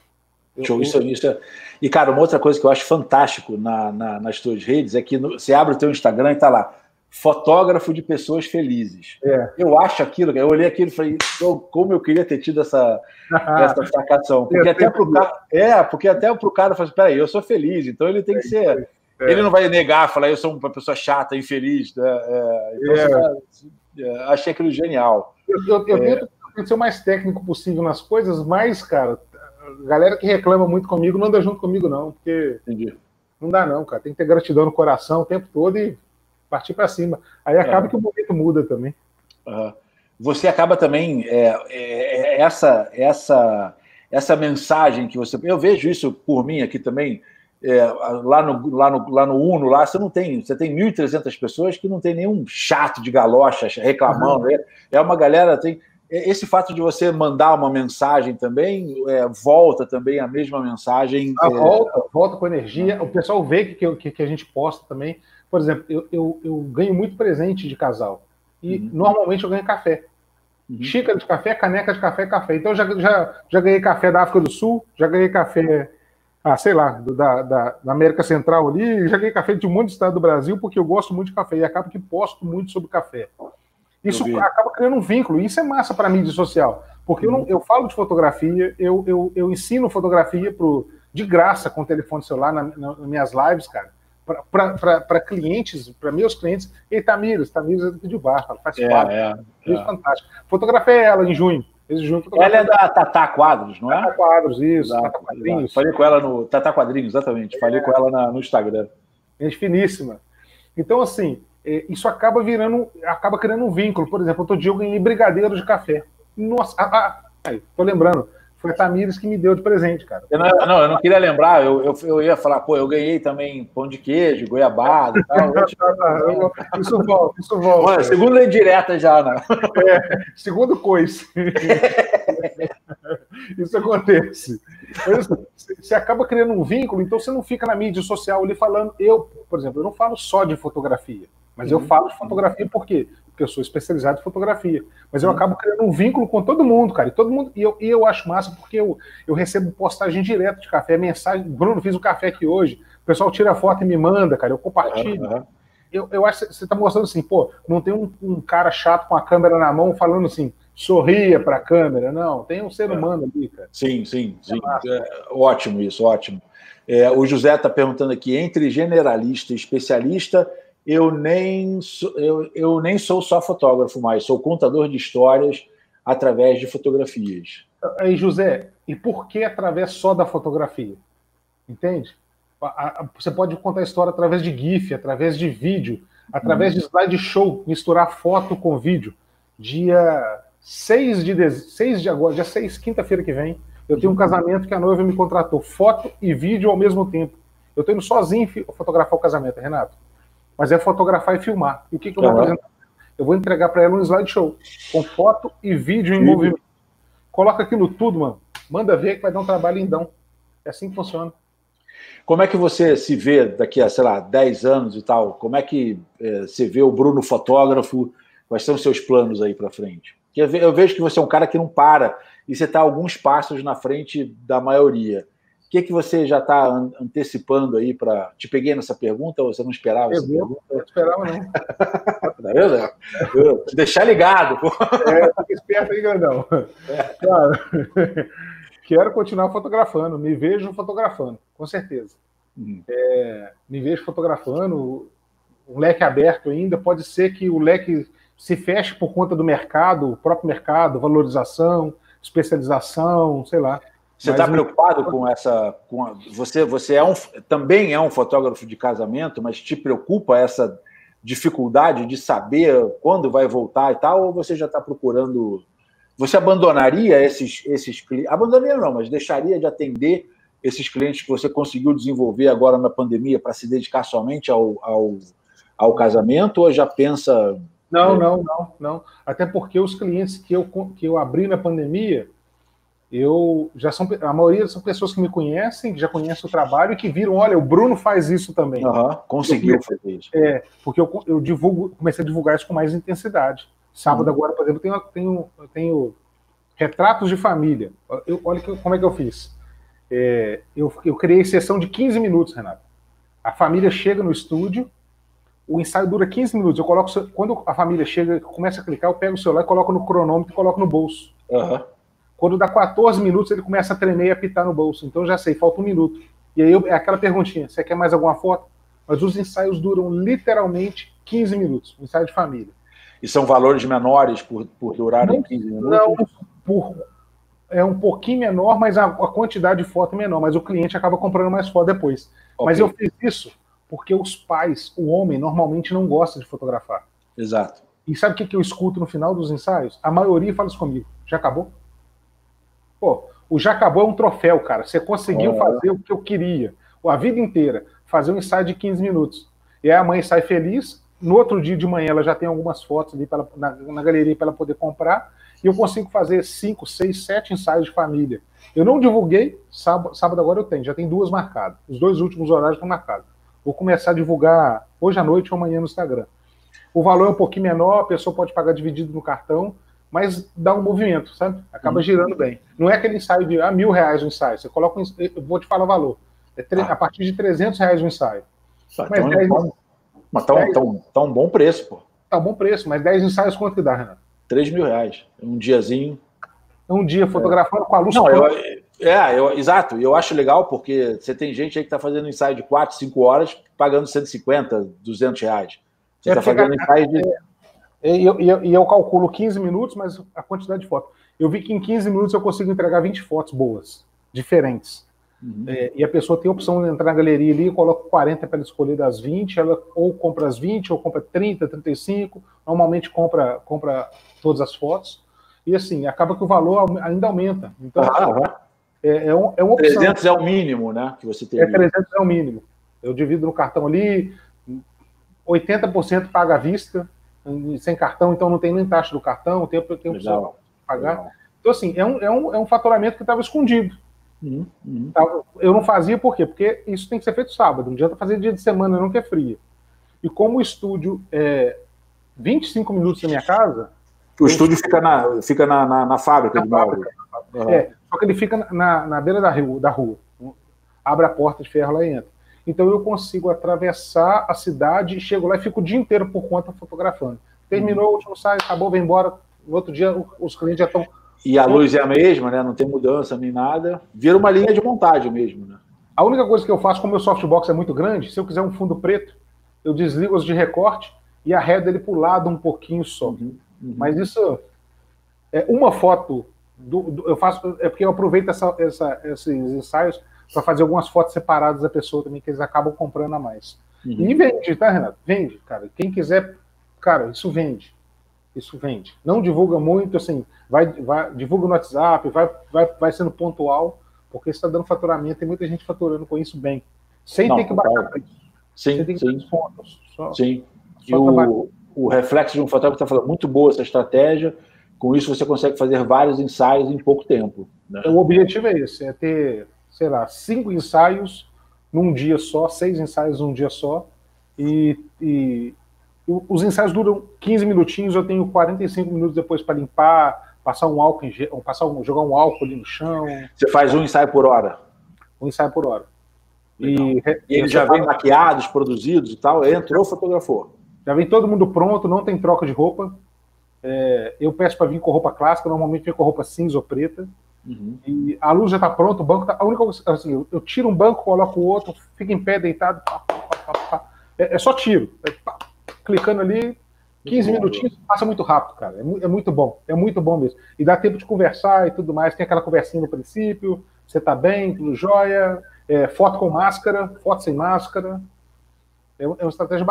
E, cara, uma outra coisa que eu acho fantástico nas tuas redes é que você abre o teu Instagram e tá lá, fotógrafo de pessoas felizes. Eu acho aquilo, eu olhei aquilo e falei, como eu queria ter tido essa sacação. Porque até pro cara, porque até pro cara fala assim, peraí, eu sou feliz, então ele tem que ser. Ele não vai negar, falar, eu sou uma pessoa chata, infeliz. Então, achei aquilo genial. Eu tento ser o mais técnico possível nas coisas, mas, cara, a galera que reclama muito comigo não anda junto comigo, não, porque não dá, não, cara. Tem que ter gratidão no coração o tempo todo e partir para cima. Aí acaba que o momento muda também. Você acaba também essa mensagem que você... Eu vejo isso por mim aqui também, lá no Uno, lá você tem 1.300 pessoas que não tem nenhum chato de galocha reclamando. É uma galera... Esse fato de você mandar uma mensagem também, volta também a mesma mensagem. Volta com energia. O pessoal vê que a gente posta também. Por exemplo, eu ganho muito presente de casal. E normalmente eu ganho café. Xícara de café, caneca de café, café. Então já ganhei café da África do Sul, já ganhei café, sei lá, da América Central ali, já ganhei café de um monte de estado do Brasil, porque eu gosto muito de café e acaba que posto muito sobre café. Isso acaba criando um vínculo, e isso é massa para a mídia social, porque eu falo de fotografia, eu ensino fotografia de graça com o telefone celular nas minhas lives, cara, para clientes, para meus clientes. E Tamires é daqui de Barra, faz parte, fantástico. Fotografei ela em junho. Ela é da Tatá Quadros, não é? Tatá Quadros, isso. Tatá Quadrinhos. Falei com ela no Tatá Quadrinhos, exatamente. Falei com ela no Instagram. Gente finíssima. Então, assim, isso acaba criando um vínculo. Por exemplo, outro dia eu ganhei brigadeiro de café. Nossa, tô lembrando. Foi a Tamires que me deu de presente, cara. Eu não queria lembrar. Eu ia falar, eu ganhei também pão de queijo, goiabada e tal. Isso volta. Olha, segunda indireta já, né? Segundo coice. Isso acontece. Mas, você acaba criando um vínculo, então você não fica na mídia social ali falando. Por exemplo, eu não falo só de fotografia, mas eu falo de fotografia por quê? Porque eu sou especializado em fotografia. Mas eu acabo criando um vínculo com todo mundo, cara. E eu acho massa porque eu recebo postagem direto de café, mensagem. Bruno, fiz o café aqui hoje. O pessoal tira a foto e me manda, cara. Eu compartilho. Eu acho que você está mostrando assim, não tem um cara chato com a câmera na mão falando assim, sorria para a câmera. Não, tem um ser humano ali, cara. Sim. Ótimo isso, ótimo. O José está perguntando aqui, entre generalista e especialista, eu nem sou só fotógrafo mais, sou contador de histórias, através de fotografias. Aí, José, e por que através só da fotografia? Entende? Você pode contar a história através de GIF, através de vídeo, através de slideshow, misturar foto com vídeo. Dia 6 de agosto, dia 6, quinta-feira que vem, eu tenho um casamento que a noiva me contratou, foto e vídeo ao mesmo tempo. Eu estou indo sozinho fotografar o casamento, Renato. Mas é fotografar e filmar. E o que eu vou apresentar? Eu vou entregar para ela um slideshow, com foto e vídeo em movimento. Coloca aquilo tudo, mano. Manda ver que vai dar um trabalho lindão. É assim que funciona. Como é que você se vê daqui a, sei lá, 10 anos e tal? Como é que você vê o Bruno fotógrafo? Quais são os seus planos aí para frente? Porque eu vejo que você é um cara que não para e você está alguns passos na frente da maioria. O que você já está antecipando aí para... Te peguei nessa pergunta ou você não esperava essa pergunta? Eu não esperava, não. Tá vendo? Deixar ligado. Pô. Fica esperto aí, grandão. Cara, quero continuar fotografando. Me vejo fotografando, com certeza. Me vejo fotografando. Um leque aberto ainda. Pode ser que o leque se feche por conta do mercado, o próprio mercado, valorização, especialização, sei lá. Você está preocupado com essa... Você também é um fotógrafo de casamento, mas te preocupa essa dificuldade de saber quando vai voltar e tal, ou você já está procurando... Você abandonaria esses clientes? Abandonaria não, mas deixaria de atender esses clientes que você conseguiu desenvolver agora na pandemia para se dedicar somente ao casamento, ou já pensa... Não. Até porque os clientes que eu abri na pandemia... a maioria são pessoas que me conhecem, que já conhecem o trabalho e que viram, olha, o Bruno faz isso também. Conseguiu fazer isso. Porque eu comecei a divulgar isso com mais intensidade. Sábado agora, por exemplo, eu tenho retratos de família. Olha como é que eu fiz. Eu criei sessão de 15 minutos, Renato. A família chega no estúdio, o ensaio dura 15 minutos. Quando a família chega, começa a clicar, eu pego o celular, coloco no cronômetro e coloco no bolso. Quando dá 14 minutos, ele começa a tremer e apitar no bolso. Então já sei, falta 1 minuto. E aí é aquela perguntinha, você quer mais alguma foto? Mas os ensaios duram literalmente 15 minutos, um ensaio de família. E são valores menores por durarem 15 minutos? Não, é um pouquinho menor, mas a quantidade de foto é menor, mas o cliente acaba comprando mais foto depois. Mas eu fiz isso porque os pais, o homem, normalmente não gosta de fotografar. Exato. E sabe o que eu escuto no final dos ensaios? A maioria fala isso comigo. Já acabou? Pô, o já acabou é um troféu, cara. Você conseguiu fazer o que eu queria. A vida inteira. Fazer um ensaio de 15 minutos. E aí a mãe sai feliz. No outro dia de manhã ela já tem algumas fotos ali na galeria para ela poder comprar. E eu consigo fazer 5, 6, 7 ensaios de família. Eu não divulguei. Sábado agora eu tenho. Já tem 2 marcadas. Os 2 últimos horários estão marcados. Vou começar a divulgar hoje à noite ou amanhã no Instagram. O valor é um pouquinho menor. A pessoa pode pagar dividido no cartão. Mas dá um movimento, sabe? Acaba girando bem. Não é aquele ensaio de R$1.000 o ensaio. Você coloca eu vou te falar o valor. A partir de R$300 o ensaio. Mas tá um bom preço, pô. Tá um bom preço, mas 10 ensaios quanto que dá, Renato? R$3.000. Um diazinho. Um dia fotografando com a luz. Exato. E eu acho legal porque você tem gente aí que tá fazendo ensaio de 4, 5 horas pagando R$150, R$200. Você tá fazendo ensaio de... E eu calculo 15 minutos, mas a quantidade de fotos. Eu vi que em 15 minutos eu consigo entregar 20 fotos boas, diferentes. E a pessoa tem a opção de entrar na galeria ali, eu coloco 40 para ela escolher das 20, ela ou compra as 20, ou compra 30, 35, normalmente compra todas as fotos. E assim, acaba que o valor ainda aumenta. Então, é uma opção. 300 é o mínimo, né? Que você tem. 300 é o mínimo. Eu divido no cartão ali, 80% paga à vista, sem cartão, então não tem nem taxa do cartão, tem opção de pagar. Legal. Então, assim, é um faturamento que estava escondido. Eu não fazia por quê? Porque isso tem que ser feito sábado, não adianta fazer dia de semana, não que é fria. E como o estúdio é 25 minutos da minha casa... O estúdio fica na fábrica de móveis. Só que ele fica na beira da rua. Abre a porta de ferro lá e entra. Então eu consigo atravessar a cidade e chego lá e fico o dia inteiro por conta fotografando. Terminou o último ensaio, acabou, vem embora. No outro dia os clientes já estão... E a luz é a mesma, né? Não tem mudança nem nada. Vira uma linha de montagem mesmo, né? A única coisa que eu faço, como o meu softbox é muito grande, se eu quiser um fundo preto, eu desligo os de recorte e arredo ele para o lado um pouquinho só. Mas isso Uma foto, eu faço, é porque eu aproveito esses ensaios para fazer algumas fotos separadas da pessoa também, que eles acabam comprando a mais. E vende, tá, Renato? Vende, cara. Quem quiser, cara, isso vende. Isso vende. Não divulga muito, assim, divulga no WhatsApp, vai sendo pontual, porque está dando faturamento, tem muita gente faturando com isso bem. Sem ter que baixar preço. Sim, ter que sim. Pontos. Sim. E o reflexo de um fotógrafo está falando, muito boa essa estratégia, com isso você consegue fazer vários ensaios em pouco tempo. Né? O objetivo é esse, é ter, sei lá, 5 ensaios num dia só, 6 ensaios num dia só, e os ensaios duram 15 minutinhos, eu tenho 45 minutos depois para limpar, passar um álcool em gel, jogar um álcool ali no chão. Você faz um ensaio por hora? Um ensaio por hora. E eles já vêm maquiados, produzidos e tal, entrou, fotografou. Já vem todo mundo pronto, não tem troca de roupa. Eu peço para vir com roupa clássica, normalmente vem com roupa cinza ou preta. E a luz já está pronta, o banco tá, a única coisa assim, eu tiro um banco, coloco o outro, fico em pé deitado, é só tiro, clicando ali, 15 minutinhos, passa muito rápido, cara, é muito bom mesmo, e dá tempo de conversar e tudo mais, tem aquela conversinha no princípio, você tá bem, tudo jóia, foto com máscara, foto sem máscara, é uma estratégia,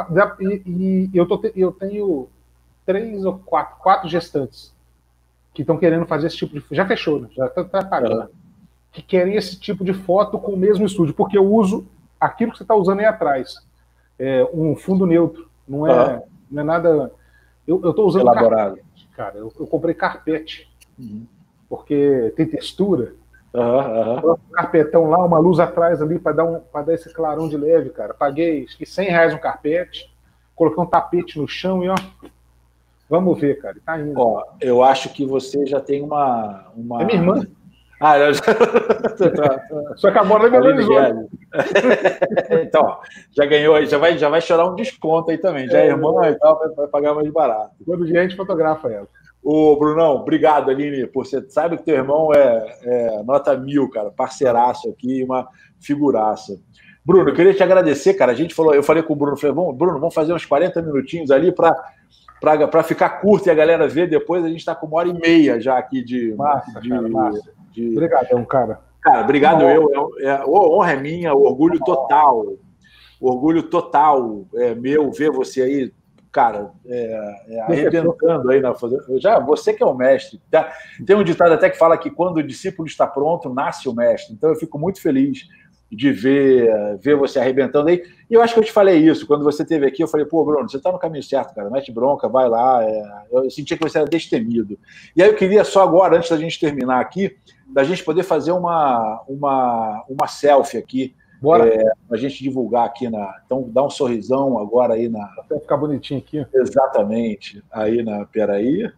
e eu tenho 3 ou 4 gestantes que estão querendo fazer esse tipo de... Já fechou, né? Já está pagando. Que querem esse tipo de foto com o mesmo estúdio, porque eu uso aquilo que você está usando aí atrás. Um fundo neutro. Não é nada... Eu estou usando elaborado. Carpete, cara. Eu comprei carpete. Porque tem textura. Um carpetão lá, uma luz atrás ali para dar esse clarão de leve, cara. Paguei acho que R$100 um carpete, coloquei um tapete no chão e ó... Vamos ver, cara. Tá indo. Ó, eu acho que você já tem uma... É minha irmã. Eu já... Só que agora é meu Então, ó, já ganhou, já vai chorar um desconto aí também. Já é irmã e tal, vai pagar mais barato. Todo dia a gente fotografa ela. Ô, Brunão, obrigado, Aline, por você sabe que teu irmão é nota 1000, cara, parceiraço aqui, uma figuraça. Bruno, eu queria te agradecer, cara. Eu falei com o Bruno, Bruno, vamos fazer uns 40 minutinhos ali para ficar curto e a galera ver. Depois a gente está com 1h30 já aqui de... Massa. Obrigadão, cara. Cara, obrigado honra é minha, orgulho total. Orgulho total meu ver você aí, cara, arrebentando aí na você que é o mestre. Tá? Tem um ditado até que fala que quando o discípulo está pronto, nasce o mestre. Então eu fico muito feliz de ver você arrebentando aí. E eu acho que eu te falei isso, quando você esteve aqui, eu falei, pô, Bruno, você está no caminho certo, cara, mete bronca, vai lá. Eu sentia que você era destemido. E aí eu queria só agora, antes da gente terminar aqui, da gente poder fazer uma selfie aqui, para a gente divulgar aqui então, dá um sorrisão agora aí na... Até ficar bonitinho aqui. Exatamente. Aí Peraí.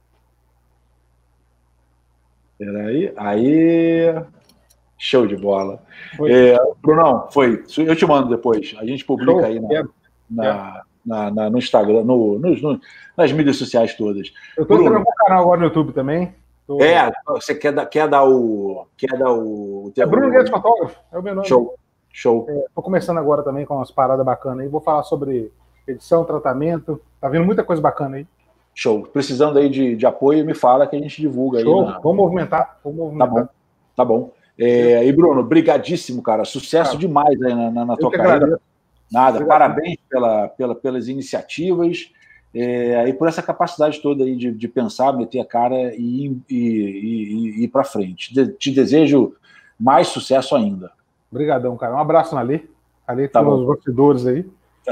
Aí... Show de bola. Brunão, eu te mando depois. A gente publica aí no Instagram, nas mídias sociais todas. Eu estou entrando no canal agora no YouTube também. Você quer dar o... Bruno Guedes Fotógrafo, é o meu nome. Show. Estou começando agora também com umas paradas bacanas aí. Vou falar sobre edição, tratamento. Tá vindo muita coisa bacana aí. Show. Precisando aí de apoio, me fala que a gente divulga. Show. Aí. Vamos movimentar. Tá bom. E Bruno, brigadíssimo, cara. Sucesso demais aí na tua carreira. Nada, parabéns pelas iniciativas e por essa capacidade toda aí de pensar, meter a cara e ir para frente. Te desejo mais sucesso ainda. Obrigadão, cara. Um abraço na Lê. A Lê tem os bastidores aí.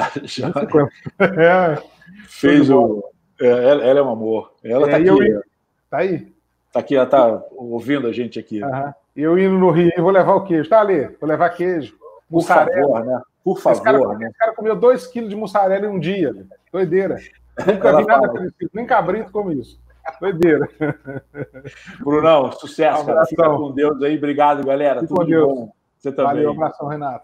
Ela é um amor. Ela tá aqui. Tá aí. Tá aqui, ela tá ouvindo a gente aqui. Eu indo no Rio, vou levar o queijo. Tá, Lê? Vou levar queijo. Mussarela. Por favor, Esse cara comeu 2 quilos de mussarela em um dia. Doideira. Nunca vi nada parecido. Nem cabrito como isso. Doideira. Brunão, sucesso, cara. Fica com Deus aí. Obrigado, galera. Tudo de bom. Você também. Valeu, um abração, Renato.